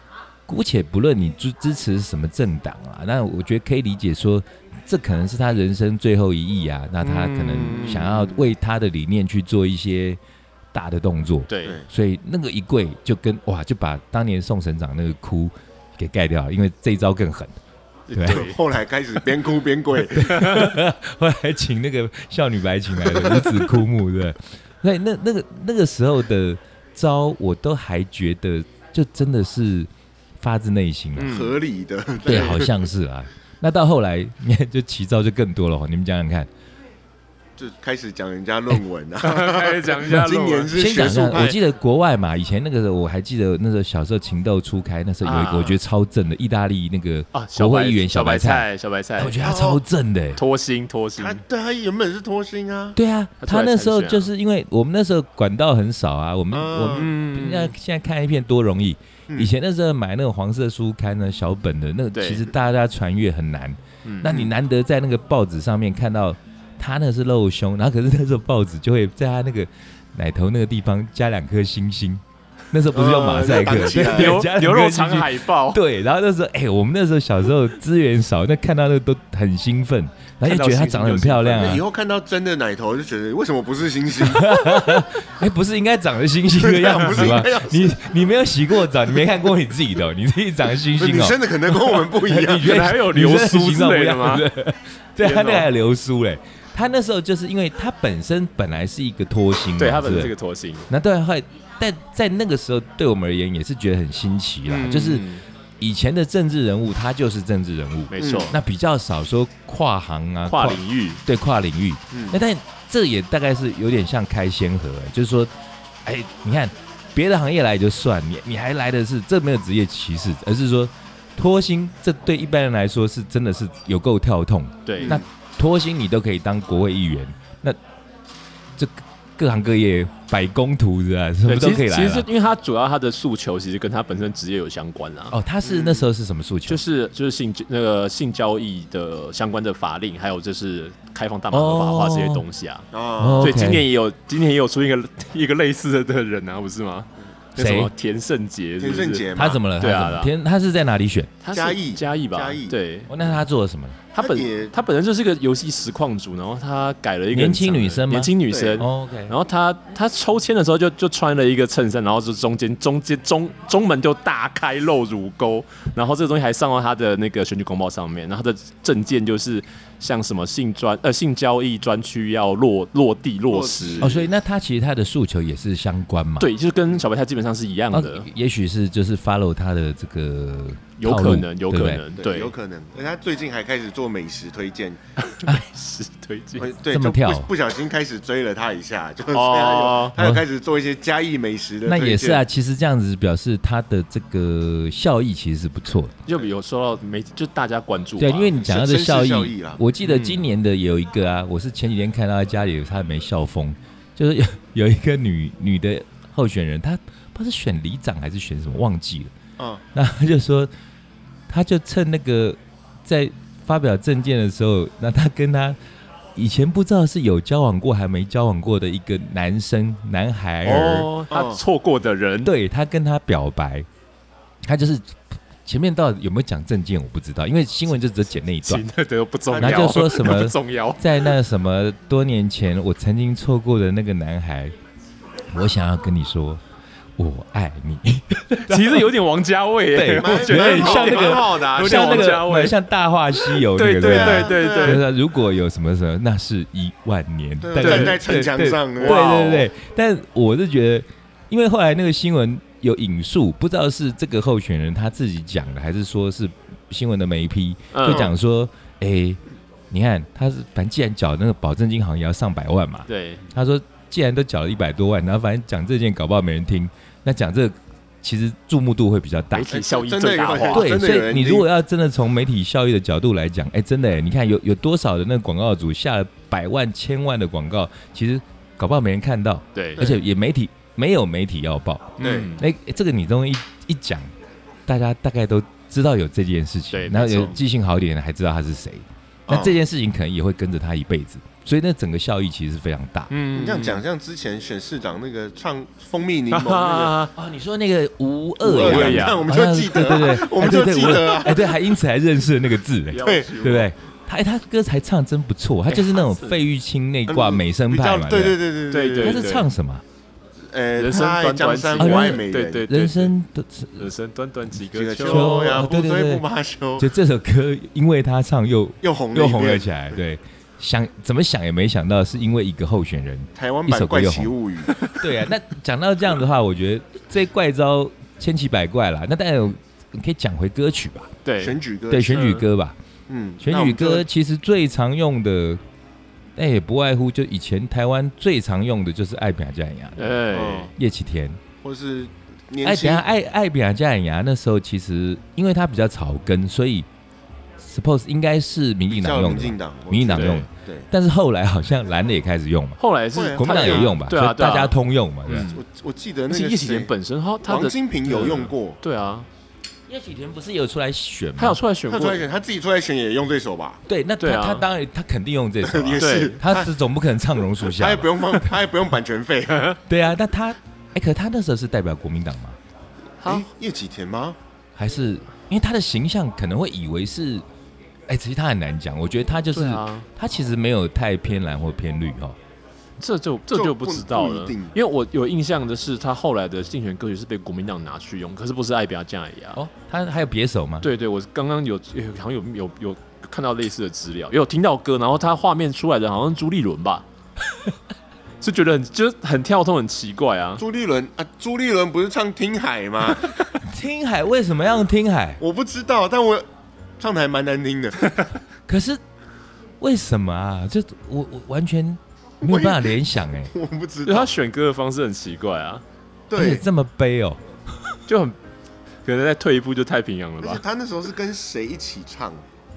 姑且不论你支持什么政党啊，那我觉得可以理解说，这可能是他人生最后一役啊，那他可能想要为他的理念去做一些大的动作， 对， 所以那个一跪就把当年宋省长那个哭给盖掉了，因为这一招更狠。对， 后来开始边哭边跪， 后来请那个少女白琴来的五子枯木，对，所以那个时候的招，我都还觉得就真的是发自内心合理的， 对，好像是啊。那到后来，你看就奇招就更多了，你们想想看。 就开始讲人家论文啊， 开始讲一下论文。 今年是先讲一下， 学术派， 我记得国外嘛，以前那个时候我还记得那时候小时候情窦初开，那时候有一个我觉得超正的意大利那个国会议员小白菜，我觉得他超正的， 脱星。 他原本是脱星啊， 对啊，他那时候就是因为我们那时候管道很少啊，我们现在看一片多容易，以前那时候买那种黄色书刊呢，小本的那个，其实大家传阅很难，那你难得在那个报纸上面看到。他那是露胸，然后可是那时候报纸就会在他那个奶头那个地方加2颗星星，那时候不是用马赛克， 牛肉肠海报， 对，然后那时候我们那时候小时候资源少，那看到那个都很兴奋，然后就觉得她长得很漂亮啊。 以后看到真的奶头就觉得为什么不是星星？ 不是应该长得星星的样子吗？你没有洗过澡，你没看过你自己的，你自己长得星星哦。 女生的可能跟我们不一样， 你觉得还有流苏之类的吗？ 对，他那个还有流苏嘞。他那时候就是因为他本来是一个脱星， 对他本身是个脱星， 那对，但在那个时候对我们而言也是觉得很新奇啦，就是以前的政治人物他就是政治人物， 没错， 那比较少说跨行啊、 跨领域， 对，跨领域，那但这也大概是有点像开先河，就是说，你看别的行业来也就算，你还来的是这没有职业歧视，而是说脱星，这对一般人来说是真的是有够跳痛， 对， 那。脱星你都可以当国会议员，那这各行各业百工图是吧？什么都可以来。 其实因为他主要他的诉求其实跟他本身职业有相关啦。 他是那时候是什么诉求？ 就是性交易的相关的法令，还有就是开放大麻合法化这些东西啊。所以今年也有出一个类似的人啊，不是吗？谁？田胜杰， 他怎么了？ 对啊， 他是在哪里选？ 嘉义吧？对。 那他做了什么？ 他本身就是个游戏实况主，然后他改了一个年轻女生吗？ 年轻女生。 OK。 然后他抽签的时候就穿了一个衬衫，然后就中门就大开露乳沟，然后这个东西还上到他的那个选举公报上面，然后他的政见就是像什么性交易专区要落地落实。 所以那他其实他的诉求也是相关嘛？ 对，就是跟小白菜基本上是一样的。 也许是就是 follow 他的这个。 有可能， 对，有可能。他最近还开始做美食推荐， 美食推荐， 对， 这么跳， 不小心开始追了他一下，就是他有开始做一些嘉义美食的推荐。 那也是啊，其实这样子表示他的这个效益其实是不错的， 就有受到就大家关注。 对，因为你讲到这效益，我记得今年的也有一个啊，我是前几天看到他家里他没校风，就是有一个女的候选人，她不知道是选里长还是选什么忘记了。那他就说，他就趁那个在发表政见的时候，那他跟他以前不知道是有交往过还没交往过的一个男孩儿， 他错过的人， 对，他跟他表白，他就是前面到底有没有讲政见我不知道，因为新闻就只剪那一段， 不重要， 然后就说什么不重要， 在那什么多年前我曾经错过的那个男孩，我想要跟你说。我爱你， 其实有点王家卫， 对， 我觉得像那个， 像那个，像《大话西游》那个， 对， 如果有什么什么，那是10000年， 站在城墙上， 对。但我是觉得，因为后来那个新闻有引述，不知道是这个候选人他自己讲的，还是说是新闻的媒批，就讲说，你看他是，反正既然缴那个保证金，好像也要上100万嘛， 对， 他说既然都缴了100多万，然后反正讲这件搞不好没人听。那讲这个其实注目度会比较大， 媒体效益最大化。 对，所以你如果要真的从媒体效益的角度来讲，真的你看有多少的那个广告主下了100万、1000万的广告，其实搞不好没人看到， 对， 而且也没有媒体要报， 对， 这个你东西一讲，大家大概都知道有这件事情，然后有记性好一点的还知道他是谁，那这件事情可能也会跟着他一辈子。 所以那整个效益其实是非常大。 你这样讲，像之前选市长那个唱蜂蜜柠檬那个你说那个吴二雅，我们就记得， 对， 我们就记得啊， 对，还因此还认识了那个字，对不对？他歌才唱真不错，他就是那种费玉清那挂美声派嘛， 对， 他是唱什么？ 人生短短几我爱美人， 对， 人生短短几个秋呀，不追不罢休。 就这首歌，因为他唱又红了起来，对。怎么想也没想到，是因为一个候选人， 台湾版《怪奇物语》。 对啊，那讲到这样的话，我觉得这怪招千奇百怪啦。那当然你可以讲回歌曲吧， 对， 选举歌， 对，选举歌吧。选举歌其实最常用的，那也不外乎就以前台湾最常用的就是爱拼才会赢，叶启田， 或是年轻爱拼才会赢。那时候其实因为它比较草根，所以。Suppose 应该是民进党用的，民进党用的， 对。 但是后来好像蓝的也开始用嘛， 后来是国民党也用吧， 对啊， 大家通用嘛。 我记得那个叶启田本身， 王金平有用过， 对啊。 叶启田不是有出来选吗？ 他有出来选过， 他自己出来选也用这首吧？ 对，那他当然他肯定用这首， 也是， 他总不可能唱榕树下， 他也不用版权费。 对啊，那他可他那时候是代表国民党吗？ 叶启田吗？ 还是因为他的形象可能会以为是？其实他很难讲，我觉得他就是、他其实没有太偏蓝或偏绿哦， 这就不知道了，因为我有印象的是他后来的竞选歌曲是被国民党拿去用，可是不是爱比亚加尔亚哦，他还有别首吗？ 对，我刚刚好像有看到类似的资料，也有听到歌，然后他画面出来的好像朱立伦吧，是觉得就是很跳动，很奇怪啊。朱立伦不是唱《听海》吗？ 听海为什么要用听海？ 我不知道，但我。唱的还蛮难听的， 可是为什么啊？就我完全没有办法联想我不知道， 他选歌的方式很奇怪啊， 对，这么悲哦， 就很可能再退一步就太平洋了吧？ 而且他那时候是跟谁一起唱？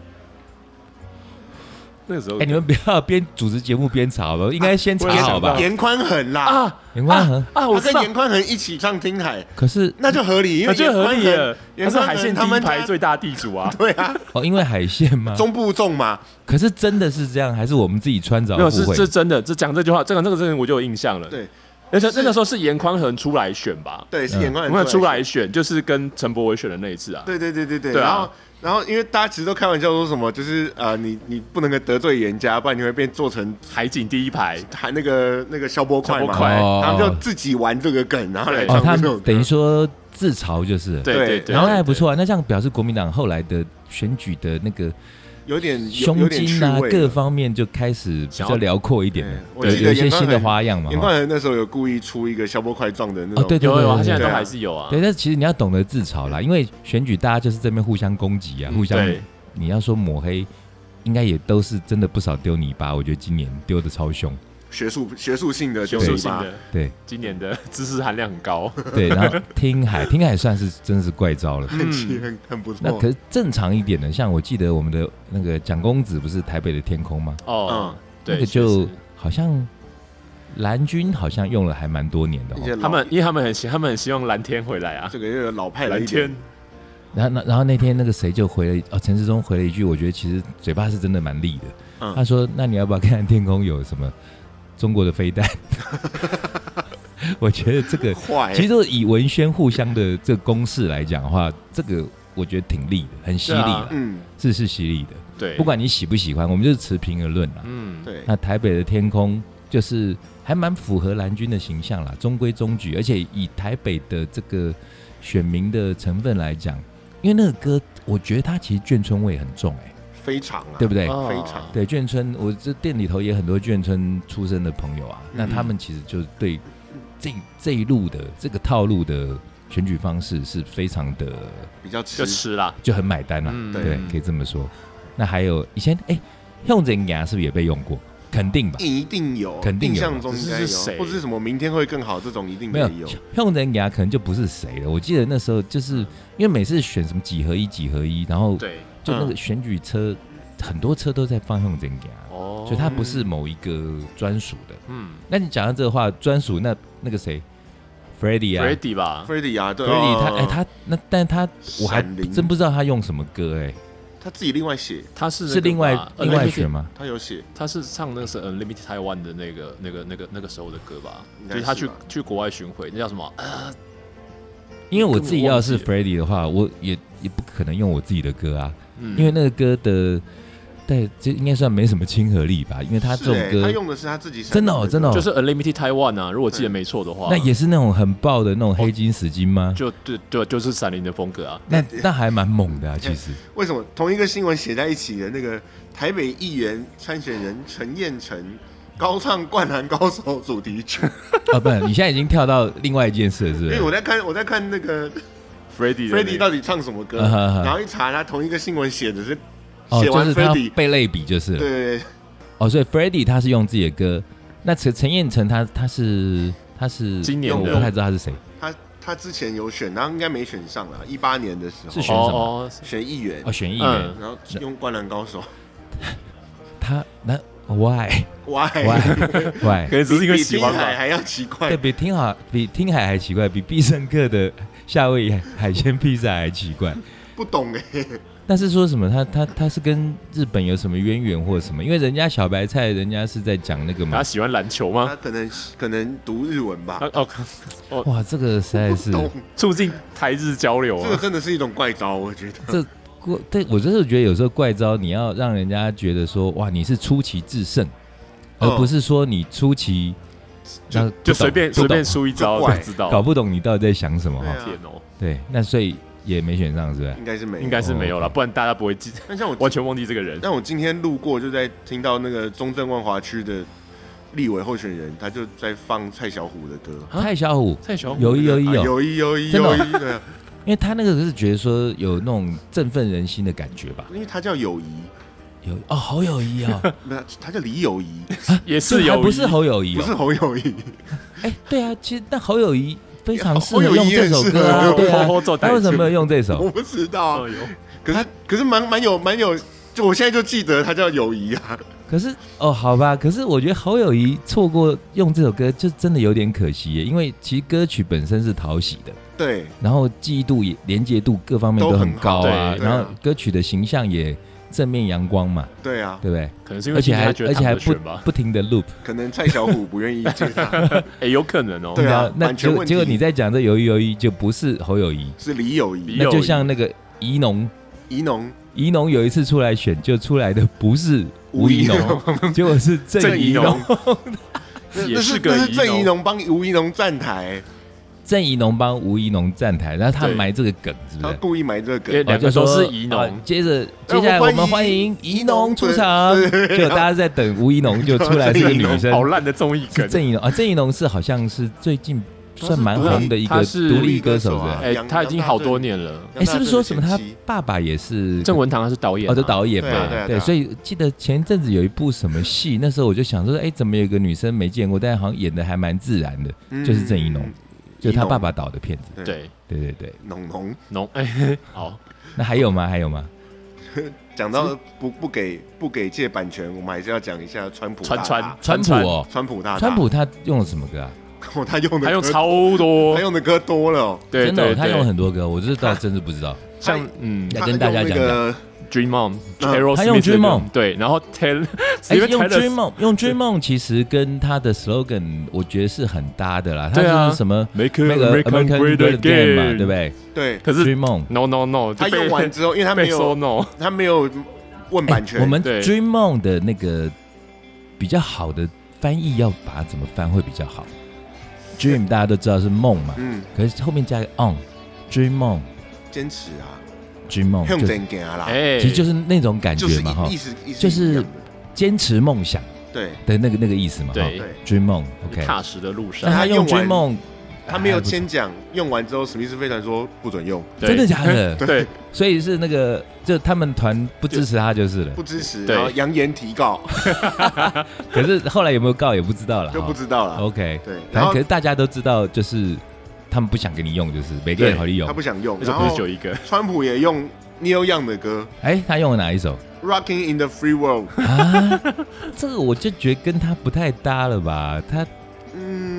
那个时候， 你们不要边主持节目边吵了，应该先查好吧？ 严宽恒啦， 严宽恒我跟严宽恒一起唱《听海》， 可是那就合理，因为就合理了。 他是海线第一排最大地主啊， 对啊， 因为海线嘛， 中部重嘛。 可是真的是这样，还是我们自己穿着？ 没有，是真的。讲这句话，这个我就有印象了。 对， 而且那个时候是严宽恒出来选吧？ 对，是严宽恒出来选，就是跟陈柏惟选的那一次啊。 对， 对啊。 然后，因为大家其实都开玩笑说什么，就是你不能够得罪严家，不然你会变做成海景第一排， 还那个消波块嘛，他们就自己玩这个梗，然后来唱这首歌。 等于说自嘲就是， 对， 然后还不错啊。那这样表示国民党后来的选举的那个有点胸襟啊，各方面就开始比较辽阔一点的，有一些新的花样嘛。 严宽恒那时候有故意出一个消波块状的那种， 对， 他现在都还是有啊。 对，但其实你要懂得自嘲啦，因为选举大家就是这边互相攻击啊，互相你要说抹黑，应该也都是真的不少丢泥巴。我觉得今年丢的超凶。学术性的， 对， 今年的知识含量很高。 对，然后听海算是真的是怪招了， 很不错。 那可是正常一点的，像我记得我们的那个蒋公子不是台北的天空吗？ 对， 那个就好像蓝军好像用了还蛮多年的。 因为他们很希望蓝天回来啊， 这个有老派蓝天。 然后那天那个谁就回了陈时中回了一句，我觉得其实嘴巴是真的蛮利的。他说：“那你要不要看天空有什么？”中国的飞弹，我觉得这个其实以文宣互相的这个公式来讲的话，这个我觉得挺利的，很犀利的，是犀利的。 对， 不管你喜不喜欢，我们就是持平而论啦。 对。 那台北的天空就是还蛮符合蓝军的形象啦，中规中矩，而且以台北的这个选民的成分来讲，因为那个歌，我觉得它其实眷村味很重非常啊， 对不对？ 非常对眷村，我这店里头也很多眷村出身的朋友啊，那他们其实就对这一路的这个套路的选举方式是非常的比较吃啦， 就很买单啦，对，可以这么说。那还有以前用人牙是不是也被用过？肯定吧， 一定有， 肯定有， 印象中应该有，或者是什么明天会更好这种一定没有。 用人牙可能就不是谁了。我记得那时候就是因为每次选什么几合一，然后对。就那个选举车，很多车都在放用人牙，所以它不是某一个专属的。那你讲到这个话，专属那个谁 ，Freddie 啊 ，Freddie 吧 ，Freddie 啊，对 ，Freddie 他但他我还真不知道他用什么歌他自己另外写， 他是是另外选吗？ 他有写， 他是唱那个是 Unlimited Taiwan 的那个时候的歌吧？就是他去国外巡回，那叫什么？ 因为我自己要是 Freddie 的话，我也不可能用我自己的歌啊，因为那个歌的。对，这应该算没什么亲和力吧，因为他这种歌， 他用的是他自己真的就是 Unlimited Taiwan 啊，如果记得没错的话， 那也是那种很爆的那种黑金死金吗？ 对，就是闪灵的风格啊， 那还蛮猛的啊，其实。 为什么同一个新闻写在一起的那个台北议员参选人陈彦成高唱《灌篮高手》主题曲？ 不，你现在已经跳到另外一件事了，是不是？ 因为我在看那个 Freddie 到底唱什么歌，然后一查，他同一个新闻写的是。 就是他被类比就是了。 对。 所以 Freddie 他是用自己的歌，那陈彦成他是今年我不太知道他是谁。 他之前有选，然后应该没选上了。18年的时候是选什么？ 选议员。 选议员， 然后用《灌篮高手》。 他那 why？ 可能只是因为喜欢吧。 比听海还要奇怪。 对，比听海还奇怪，比必胜客的夏威夷海鲜披萨还奇怪。 不懂但是说什么他是跟日本有什么渊源或者什么？因为人家小白菜，人家是在讲那个嘛。 他喜欢篮球吗？ 他可能读日文吧。 哇，这个实在是促进台日交流啊！ 这个真的是一种怪招，我觉得。 对，我真的觉得有时候怪招，你要让人家觉得说，哇，你是出奇制胜，而不是说你出奇就随便出一招就知道， 搞不懂你到底在想什么。 天哦， 对，那所以。也没选上，是不是？ 应该是没有了，不然大家不会记。 但像我完全忘记这个人。 但我今天路过，就在听到那个中正万华区的立委候选人，他就在放蔡小虎的歌。 蔡小虎有一，真的，对。 因为他那个是觉得说有那种振奋人心的感觉吧。 因为他叫友谊。 侯友宜哦， 不是，他叫李友仪， 也是友谊， 不是侯友宜， 不是侯友宜。 对啊，其实但侯友宜。非常适合用这首歌啊，对啊，他为什么没有用这首？ 我不知道，可是蛮有，就我现在就记得他叫友谊啊。 可是好吧，可是我觉得侯友宜错过用这首歌，就真的有点可惜耶，因为其实歌曲本身是讨喜的， 对， 然后记忆度也连结度各方面都很高啊，然后歌曲的形象也正面阳光嘛， 对啊， 对不对？ 可能是因为而且还不停的 loop， 可能蔡小虎不愿意接他， 有可能哦。 对啊， 那结果你在讲这友谊就不是侯友宜， 是李友仪， 那就像那个宜农有一次出来选，就出来的不是吴宜农，结果是郑宜农， 也是个郑宜农帮吴宜农站台。 郑宜农帮吴宜农站台，然后他埋这个梗，是不是？ 他故意埋这个梗， 两个都是宜农。 接下来我们欢迎宜农出场，结果大家在等吴宜农，就出来是个女生， 好烂的综艺梗。 郑宜农郑宜农是好像是最近算蛮红的一个独立歌手的， 他已经好多年了。 是不是说什么他爸爸也是郑文堂，他是导演， 是导演嘛？对，所以记得前一阵子有一部什么戏，那时候我就想说，怎么有一个女生没见过，但好像演的还蛮自然的，就是郑宜农。就是他爸爸导的片子， 对， 农， 好， 那还有吗？ 讲到不给借版权，我们还是要讲一下川普哦，川普他用了什么歌啊？ 他用超多， 他用的歌多了， 对， 真的，他用了很多歌，我真是不知道。 像要跟大家讲讲。 Dream On， 他用 Dream On， 对，然后用 Dream On 其实跟他的 slogan 我觉得是很搭的啦，他就是什么 Make American Great Again 嘛，对不对？ 对， 可是 Dream On， 他用完之后，因为他没有问版权， 我们 Dream On 的那个比较好的翻译要把它怎么翻会比较好 ？Dream 大家都知道是梦嘛，可是后面加个 On，Dream On， 坚持啊。 Dream On 其实就是那种感觉嘛，就是坚持梦想的那个意思嘛， 对 ，Dream On OK， 踏实的路上。 但他用 Dream On， 他没有先讲，用完之后史密斯飞船说不准用， 真的假的？ 对， 所以是那个就他们团不支持他就是了， 不支持，然后扬言提告， 可是后来有没有告也不知道了， 就不知道了。 OK， 对，反正可是大家都知道就是。他们不想给你用，就是每个人好利用。 他不想用， 然后一个川普也用 Neil Young 的歌， 他用了哪一首 ？Rocking in the Free World 啊，这个我就觉得跟他不太搭了吧？他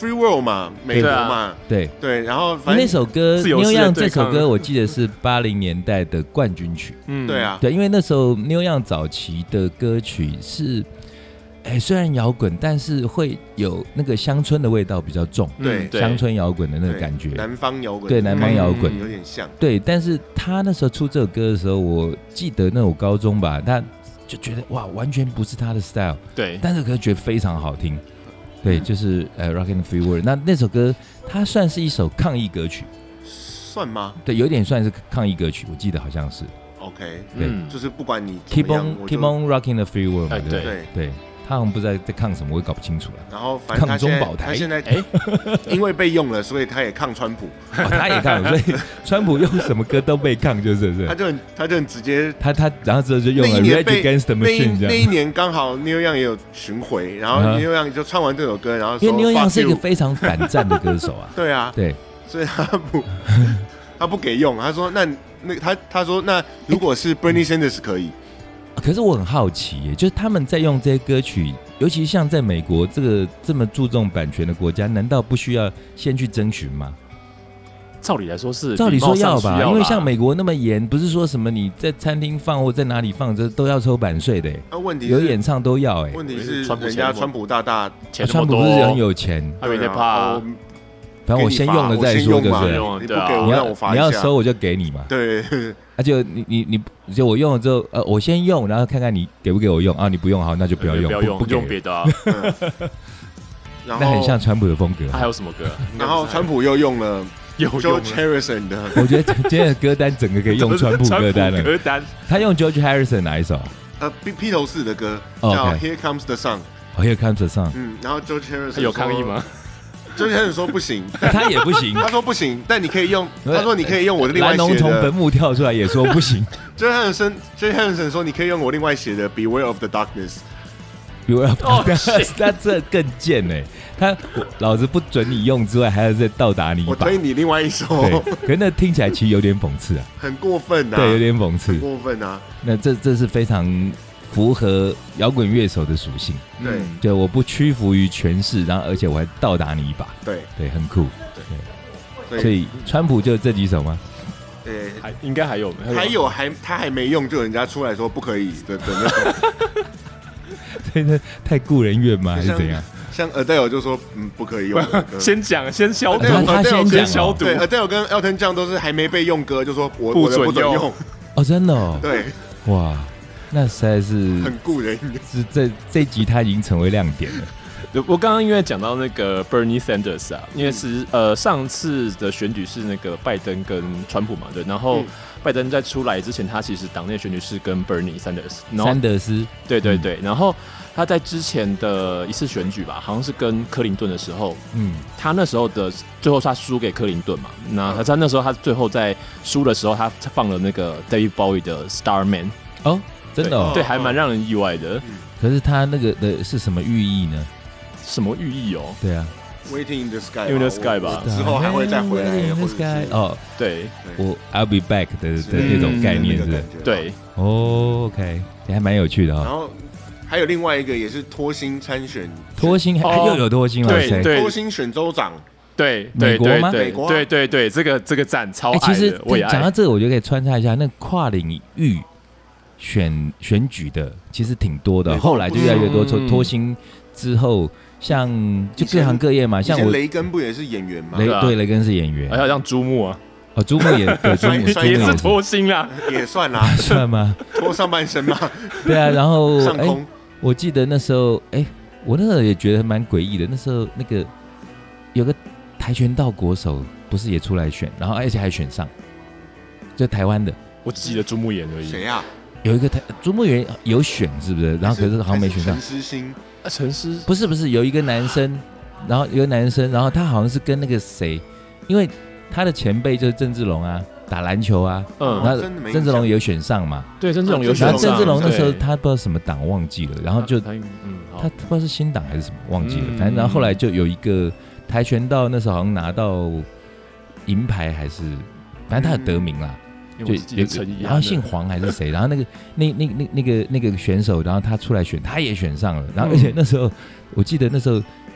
Free World 嘛，美国嘛， 对， 然后反正那首歌自由式 Neil 的 Young 对抗这首歌我记得是80年代的冠军曲。 对啊， 对，因为那时候 Neil Young 早期的歌曲是，虽然摇滚，但是会有那个乡村的味道比较重， 对乡村摇滚的那个感觉， 南方摇滚， 对，南方摇滚有点像， 对。但是他那时候出这首歌的时候，我记得那我高中吧，他就觉得哇，完全不是他的 style， 对， 但是可是觉得非常好听，对，就是Rockin' the Free World。那首歌它算是一首抗议歌曲， 算吗？ 对，有点算是抗议歌曲，我记得好像是。 OK， 对， 就是不管你 Keep on Rockin' the Free World， 对。他好像不知道在抗什么，我也搞不清楚了。 然后反正他现在因为被用了，所以他也抗川普。 他也抗，所以川普用什么歌都被抗，就是他就很直接。 他然后之后就用了 Rage Against the Machine 这样。 那一年刚好 Neil Young 也有巡回，然后 Neil Young 就唱完这首歌，然后说因为 Neil Young 是一个非常反战的歌手啊。 对啊， 对， 所以他不给用，他说他说那如果是 Bernie Sanders 可以。 可是我很好奇耶，就是他们在用这些歌曲，尤其像在美国这么注重版权的国家，难道不需要先去征询吗？ 照理来说是， 照理说要吧，因为像美国那么严，不是说什么你在餐厅放或在哪里放，这都要抽版税的。 问题有演唱都要问题是人家川普大大钱川普不是很有钱， 他有点怕。 反正我先用了再说，就是你不给我让我罚一下， 你要收我就给你嘛。 对， 就你就我用了之后，我先用，然后看看你给不给我用啊？你不用好，那就不要用，不用别的啊。 那很像川普的风格。 他还有什么歌？ 然后川普又用了 George Harrison 的。 我觉得今天的歌单整个可以用川普歌单了。 歌单， 他用 George Harrison 哪一首？ 披头士的歌叫 Here Comes the Sun。Here Comes the Sun。 然后 George Harrison 有抗议吗 ？George Harrison 说不行， 他也不行。 他说不行，但你可以用。他说你可以用我的另外写的。 蓝龙从坟墓跳出来也说不行。 George Harrison 说你可以用我另外写的 Beware of the Darkness。Beware of the Darkness， 那这更贱哎！他老子不准你用之外，还要再倒打你一把。 我推你另外一首。 可是那听起来其实有点讽刺啊， 很过分啊。 对，有点讽刺， 很过分啊。 那这是非常符合摇滚乐手的属性。 对， 就我不屈服于权势，然后而且我还倒打你一把。 对， 很酷。对，所以川普就这几首吗？ 应该还有， 他还没用，就人家出来说不可以的那种。 对，太顾人怨吗？还是怎样？ 像 Adele 就说不可以用的歌， 先消毒， 他先消毒。 对 Adele 跟 Elton John 都是还没被用歌，就说我不准用。 哦，真的哦。 对， 哇，那实在是很顾人怨。 是这集他已经成为亮点了。 我刚刚因为讲到那个 Bernie Sanders 啊，因为是上次的选举是那个拜登跟川普嘛，对，然后拜登在出来之前，他其实党内选举是跟 Bernie Sanders， 山德斯， 对，然后他在之前的一次选举吧，好像是跟克林顿的时候，他那时候的最后他输给克林顿嘛，那他那时候他最后在输的时候，他放了那个 David Bowie 的 Starman， 哦，真的哦， 对，还蛮让人意外的。 可是他那个的是什么寓意呢？ 什么寓意哦？ 对啊 ，Waiting in the Sky， in the Sky 吧， 之后还会再回来。 in the Sky， 哦， 对， 我 I'll be back 的那种概念是不是？ 对， 哦 ，OK， 也还蛮有趣的哈。 然后还有另外一个也是脱星参选， 脱星又有脱星了， 对， 脱星选州长， 对， 美国吗？ 美国， 对，这个赞超爱的。 其实我也爱。 讲到这个，我就可以穿插一下，那跨领域选举的其实挺多的，后来就越来越多。脱星之后。像就各行各业嘛，像我雷根不也是演员吗？ 对，雷根是演员， 还有像朱木啊， 哦，朱木也对，朱木也是脱星啦， 也算啦， 算吗？ 脱上半身吗？ 对啊，然后上空， 我记得那时候，我那时候也觉得蛮诡异的。那时候那个有个跆拳道国手，不是也出来选，然后而且还选上，就台湾的， 我只记得朱木炎而已。 谁啊？ 有一个朱木炎有选，是不是？然后可是好像没选上。 陈思欣。 陈思不是有一个男生，然后他好像是跟那个谁，因为他的前辈就是郑志龙啊，打篮球啊，然后郑志龙有选上嘛， 对，郑志龙有选上， 然后郑志龙那时候他不知道什么党忘记了，然后就他不知道是新党还是什么忘记了，反正然后后来就有一个跆拳道那时候好像拿到银牌还是，反正他有得名啦。就然后姓黄还是谁，然后那个选手，然后他出来选，他也选上了，然后而且那时候我记得那时候，因为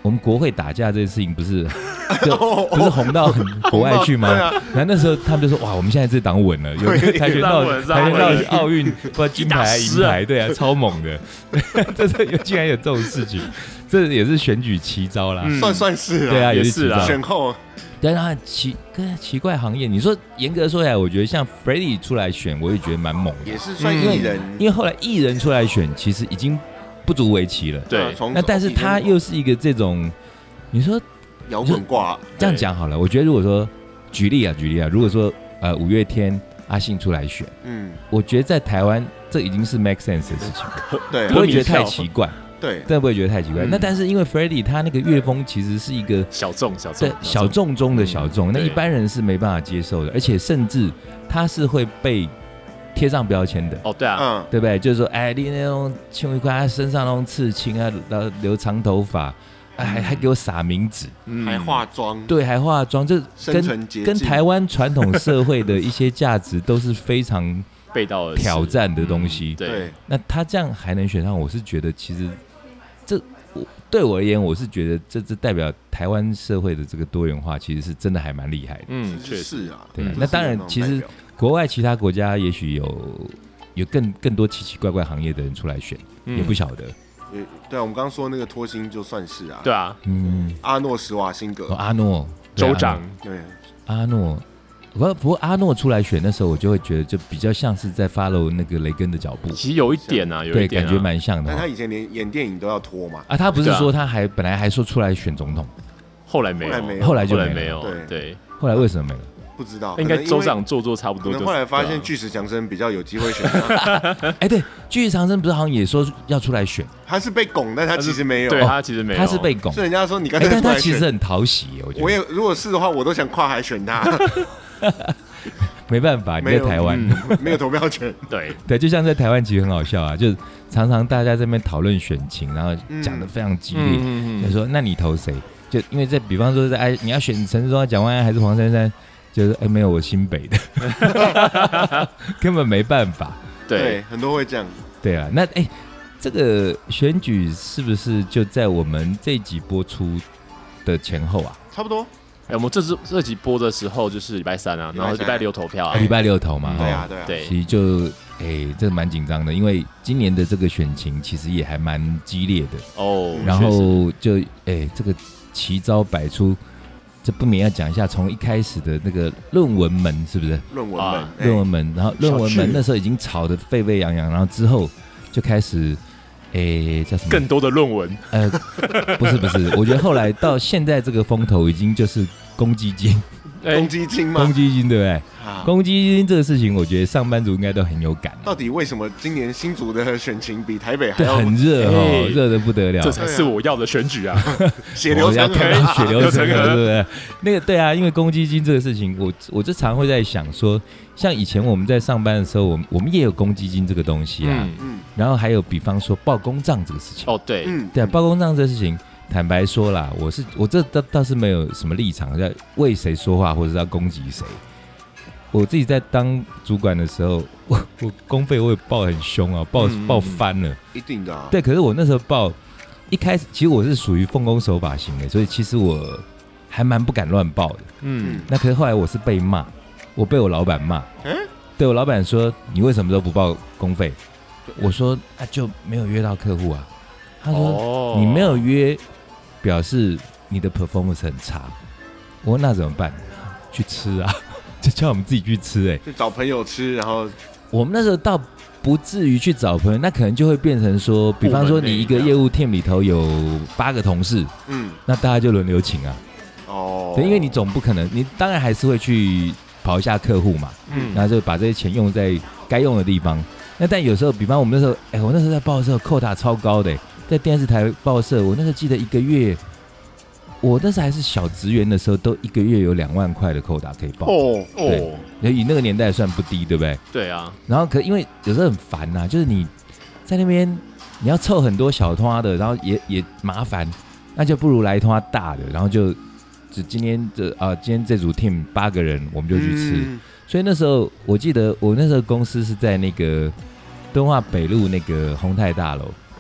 我们国会打架这件事情不是不是红到国外去吗？然后那时候他们就说哇，我们现在这党稳了，有跆拳道奥运不知道金牌还银牌，对啊，超猛的，这竟然有这种事情，这也是选举奇招啦， 算是啊， 对啊，也是啊， 选后。 但是奇怪行业，你说严格说起来，我觉得像 Freddie 出来选，我也觉得蛮猛的， 也是算艺人， 因为后来艺人出来选，其实已经不足为奇了。 对， 那但是他又是一个这种，你说摇滚挂， 这样讲好了，我觉得如果说举例啊，如果说五月天阿信出来选，我觉得在台湾这已经是 make sense 的事情， 对， 不会觉得太奇怪。 对， 真的不会觉得太奇怪。那但是因为 Freddie 他那个乐风其实是一个小众中的小众，那一般人是没办法接受的，而且甚至他是会被贴上标签的。 哦，对啊， 对不对？就是说，哎，你那种青一块，他身上那种刺青啊，然后留长头发，还给我撒名字， 还化妆， 对，还化妆，这跟台湾传统社会的一些价值都是非常背道而驰挑战的东西。 对， 那他这样还能选上，我是觉得其实。对我而言，我是觉得这代表台湾社会的这个多元化，其实是真的还蛮厉害的。 确实啊。 对，那当然，其实国外其他国家也许有更多奇奇怪怪行业的人出来选，也不晓得。 对啊，我们刚刚说那个脱星就算是啊。 对啊， 阿诺·施瓦辛格， 阿诺州长， 对， 阿诺。不过阿诺出来选那时候，我就会觉得就比较像是在 follow 那个雷根的脚步。 其实有一点啊， 对，感觉蛮像的。 但他以前连演电影都要脱嘛。 他不是说他本来还说出来选总统， 后来没有， 后来就没有。对， 后来为什么没了？ 不知道， 应该州长做差不多。 后来发现巨石强森比较有机会选他。 哎，对，巨石强森不是好像也说要出来选？ 他是被拱，但他其实没有。 对，他其实没有， 他是被拱。 是人家说你刚才出来选， 但他其实很讨喜，我觉得。 我也如果是的话，我都想跨海选他。 没办法，你在台湾没有投票权。 对，就像在台湾其实很好笑啊，就常常大家在那边讨论选情，然后讲得非常激烈，就说那你投谁？就因为比方说你要选陈时中、蒋万安还是黄珊珊，就是没有我新北的，根本没办法。 对，很多会这样。 对啊，那这个选举是不是就在我们这一集播出的前后啊？ 差不多。 我们这集播的时候就是礼拜3啊，然后礼拜6投票啊， 礼拜6投嘛， 对， 其实就这蛮紧张的，因为今年的这个选情其实也还蛮激烈的哦，然后就这个奇招摆出，这不免要讲一下，从一开始的那个论文门是不是？论文门，然后论文门那时候已经吵得沸沸扬扬，然后之后就开始。叫什么？ 更多的论文？ 不是，我觉得后来到现在这个风头已经就是公积金， 公积金吗？ 公积金对不对？公积金这个事情，我觉得上班族应该都很有感。 到底为什么今年新竹的选情比台北还要很热哦，热得不得了？ 这才是我要的选举啊！ 血流成河， 血流成河，对不对？那个对啊，因为公积金这个事情，我就常会在想说，像以前我们在上班的时候，我们也有公积金这个东西啊，然后还有比方说报公账这个事情。 哦，对， 对，报公账这个事情。坦白说啦，我这倒是没有什么立场在为谁说话，或者是要攻击谁。我自己在当主管的时候，我公费我也报很凶啊，报翻了， 一定的啊。 对，可是我那时候报，一开始其实我是属于奉公守法型的，所以其实我还蛮不敢乱报的。那可是后来我是被骂，我被我老板骂。对，我老板说你为什么都不报公费？我说就没有约到客户啊。他说你没有约。表示你的 performance 很差，我说那怎么办？去吃啊，就叫我们自己去吃去找朋友吃，然后我们那时候倒不至于去找朋友，那可能就会变成说，比方说你一个业务 team 里头有8个同事，那大家就轮流请啊，对，因为你总不可能，你当然还是会去跑一下客户嘛，然后就把这些钱用在该用的地方。那但有时候，比方我们那时候，我那时候在报的时候扣打超高的。在电视台报社，我那时候记得1个月，我那时候还是小职员的时候，都1个月有2万块的扣打可以报。对，以那个年代算不低，对不对？ 对啊。然后因为有时候很烦呐，就是你在那边你要凑很多小拖的，然后也麻烦，那就不如来一拖大的，然后就今天这组 team 8个人，我们就去吃。所以那时候我记得我那时候公司是在那个敦化北路那个宏泰大楼。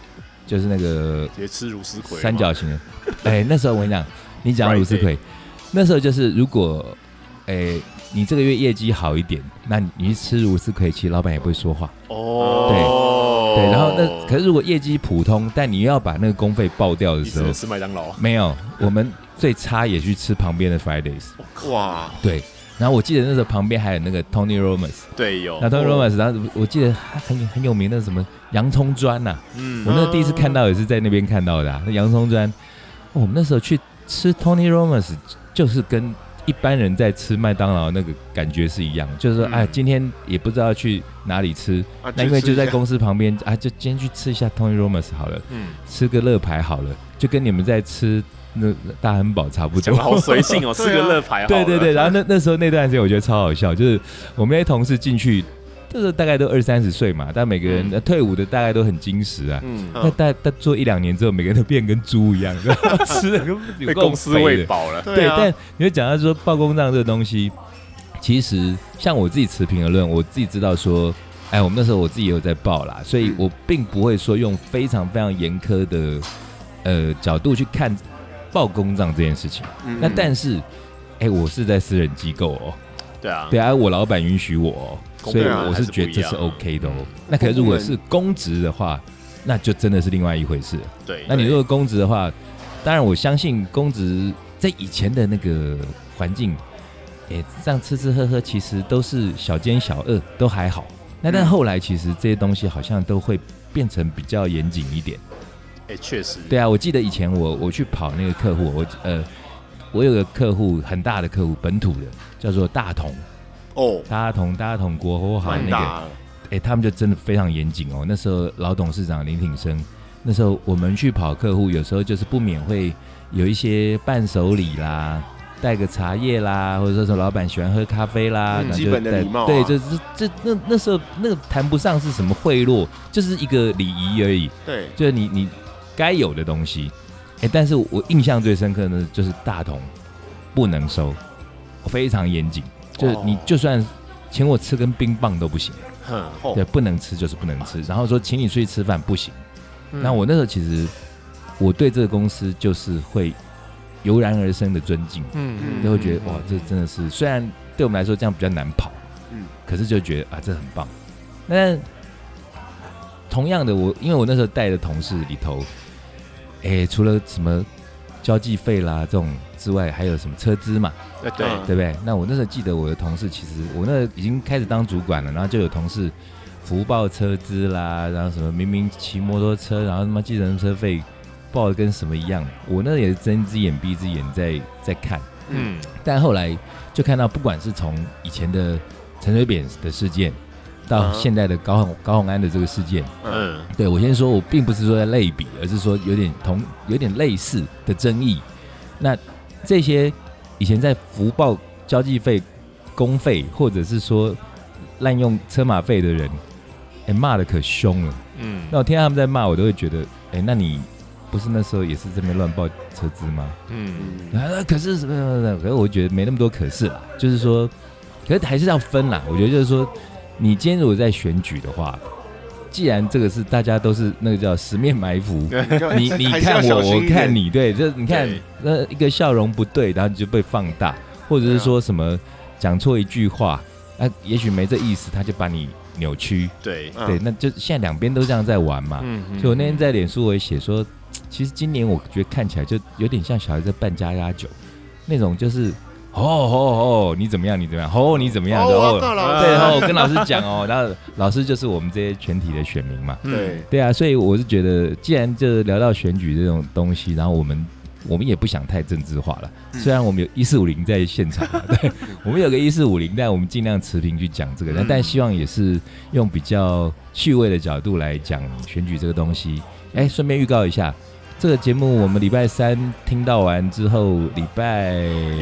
就是那个直接吃茹丝葵三角形的。哎，那时候我跟你讲，你讲茹丝葵，那时候就是如果你这个月业绩好一点，那你去吃茹丝葵，其实老板也不会说话。对，然后可是如果业绩普通，但你要把那个公费报掉的时候， 你吃麦当劳？ 没有，我们最差也去吃旁边的 Fridays。 哇， 对。然后我记得那时候旁边还有那个 Tony Romas， 对，有。 那 Tony Romas， 然后我记得他很有名的什么洋葱砖呐，我那个第一次看到也是在那边看到的那洋葱砖。我们那时候去吃 Tony Romas， 就是跟一般人在吃麦当劳那个感觉是一样，就是说今天也不知道去哪里吃，那因为就在公司旁边就今天去吃一下 Tony Romas 好了，吃个乐排好了，就跟你们在吃那大汉堡差不多， 讲得好随性哦，吃个乐排好了。 对，然后那时候那段时间我觉得超好笑，就是我们那些同事进去，就是大概都20-30岁嘛，但每个人退伍的大概都很精实啊。那大做1-2年之后，每个人都变跟猪一样，吃的被公司喂饱了。 对，但你会讲到说报公账这个东西，其实像我自己持平而论，我自己知道说，我们那时候我自己也有在报啦，所以我并不会说用非常非常严苛的角度去看报公账这件事情。那但是，我是在私人机构哦。对啊，我老板允许我哦，所以我是觉得这是 OK 的哦。那可是如果是公职的话，那就真的是另外一回事。 对， 那你如果公职的话，当然我相信公职在以前的那个环境，这样吃吃喝喝其实都是小奸小恶，都还好。那但后来其实这些东西好像都会变成比较严谨一点。 确实。对啊，我记得以前我去跑那个客户，我有个客户很大的客户，本土的叫做大同大同国货行那个，他们就真的非常严谨哦。那时候老董事长林挺生，那时候我们去跑客户，有时候就是不免会有一些伴手礼啦，带个茶叶啦，或者说什么老板喜欢喝咖啡啦， 基本的礼貌。 对，那时候那个谈不上是什么贿赂，就是一个礼仪而已。 对， 就是你该有的东西。但是我印象最深刻的就是大同不能收，非常严谨，就是你就算请我吃根冰棒都不行，对，不能吃就是不能吃。然后说请你出去吃饭不行。那我那时候其实我对这个公司就是会油然而生的尊敬，就会觉得哇，这真的是虽然对我们来说这样比较难跑，可是就觉得这很棒。但同样的因为我那时候带的同事里头。除了什么交际费啦这种之外，还有什么车资嘛？对不对？那我那时候记得我的同事，其实我那已经开始当主管了，然后就有同事福报车资啦，然后什么明明骑摩托车，然后他妈计程车费报的跟什么一样，我那也是睁一只眼闭一只眼在看。但后来就看到，不管是从以前的陈水扁的事件。到现在的高虹安的这个事件，对，我先说，我并不是说在类比，而是说有点类似的争议。那这些以前在福报交际费、公费，或者是说滥用车马费的人，骂的可凶了。那我听到他们在骂，我都会觉得，那你不是那时候也是这边乱报车资吗？可是什么？可是我觉得没那么多可是啦，就是说，可是还是要分啦。我觉得就是说。你今天如果在选举的话，既然这个是大家都是那个叫十面埋伏，你看我看你，对，就你看一个笑容不对，然后就被放大，或者是说什么讲错一句话，也许没这意思，他就把你扭曲， 对， 那就现在两边都这样在玩嘛。所以我那天在脸书我也写说，其实今年我觉得看起来就有点像小孩在办家家酒那种，就是。你怎么样？你怎么样？你怎么样？对，我跟老师讲哦，然后老师就是我们这些全体的选民嘛。对啊，所以我是觉得，既然就聊到选举这种东西，然后我们也不想太政治化了。虽然我们有1450在现场，对，我们有个1450，但我们尽量持平去讲这个，但希望也是用比较趣味的角度来讲选举这个东西。顺便预告一下。这个节目我们礼拜3听到完之后，礼拜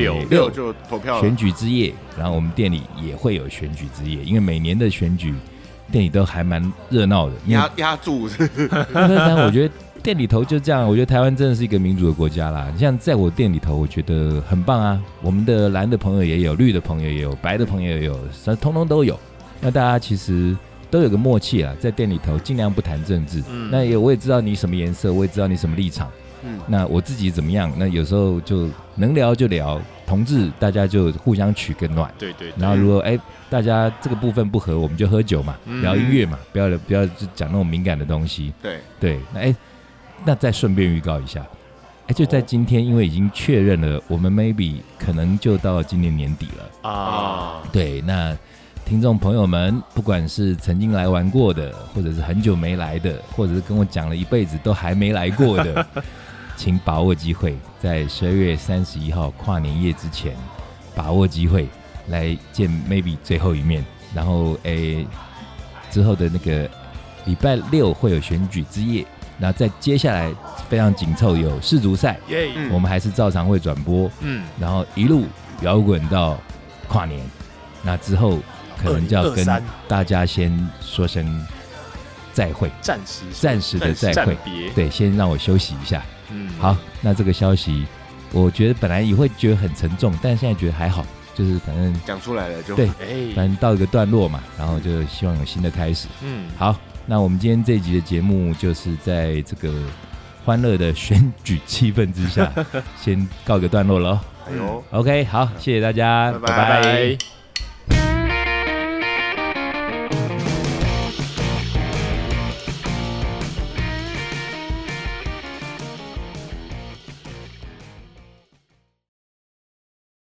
6 就投票了， 选举之夜，然后我们店里也会有选举之夜，因为每年的选举店里都还蛮热闹的， 压住。 但我觉得店里头就这样，我觉得台湾真的是一个民主的国家啦。像在我店里头，我觉得很棒啊，我们的蓝的朋友也有，绿的朋友也有，白的朋友也有，通通都有。那大家其实都有个默契啊，在店里头尽量不谈政治。那我也知道你什么颜色，我也知道你什么立场。那我自己怎么样？那有时候就能聊就聊，同志大家就互相取个暖。 对。 然后如果大家这个部分不合，我们就喝酒嘛，聊音乐嘛，不要讲那种敏感的东西。对。那再顺便预告一下，就在今天，因为已经确认了，我们 maybe 可能就到今年年底了啊。对，那听众朋友们，不管是曾经来玩过的，或者是很久没来的，或者是跟我讲了一辈子都还没来过的，请把握机会，在12月31号跨年夜之前，把握机会来见 maybe 最后一面。然后之后的那个礼拜6会有选举之夜，那在接下来非常紧凑有世足赛，我们还是照常会转播，然后一路摇滚到跨年，那之后可能就要跟大家先说声再会，暂时的再会，对，先让我休息一下。好，那这个消息，我觉得本来也会觉得很沉重，但现在觉得还好，就是反正讲出来了就对，反正到一个段落嘛，然后就希望有新的开始。好，那我们今天这一集的节目就是在这个欢乐的选举气氛之下，先告一个段落了。OK， 好，谢谢大家，拜拜。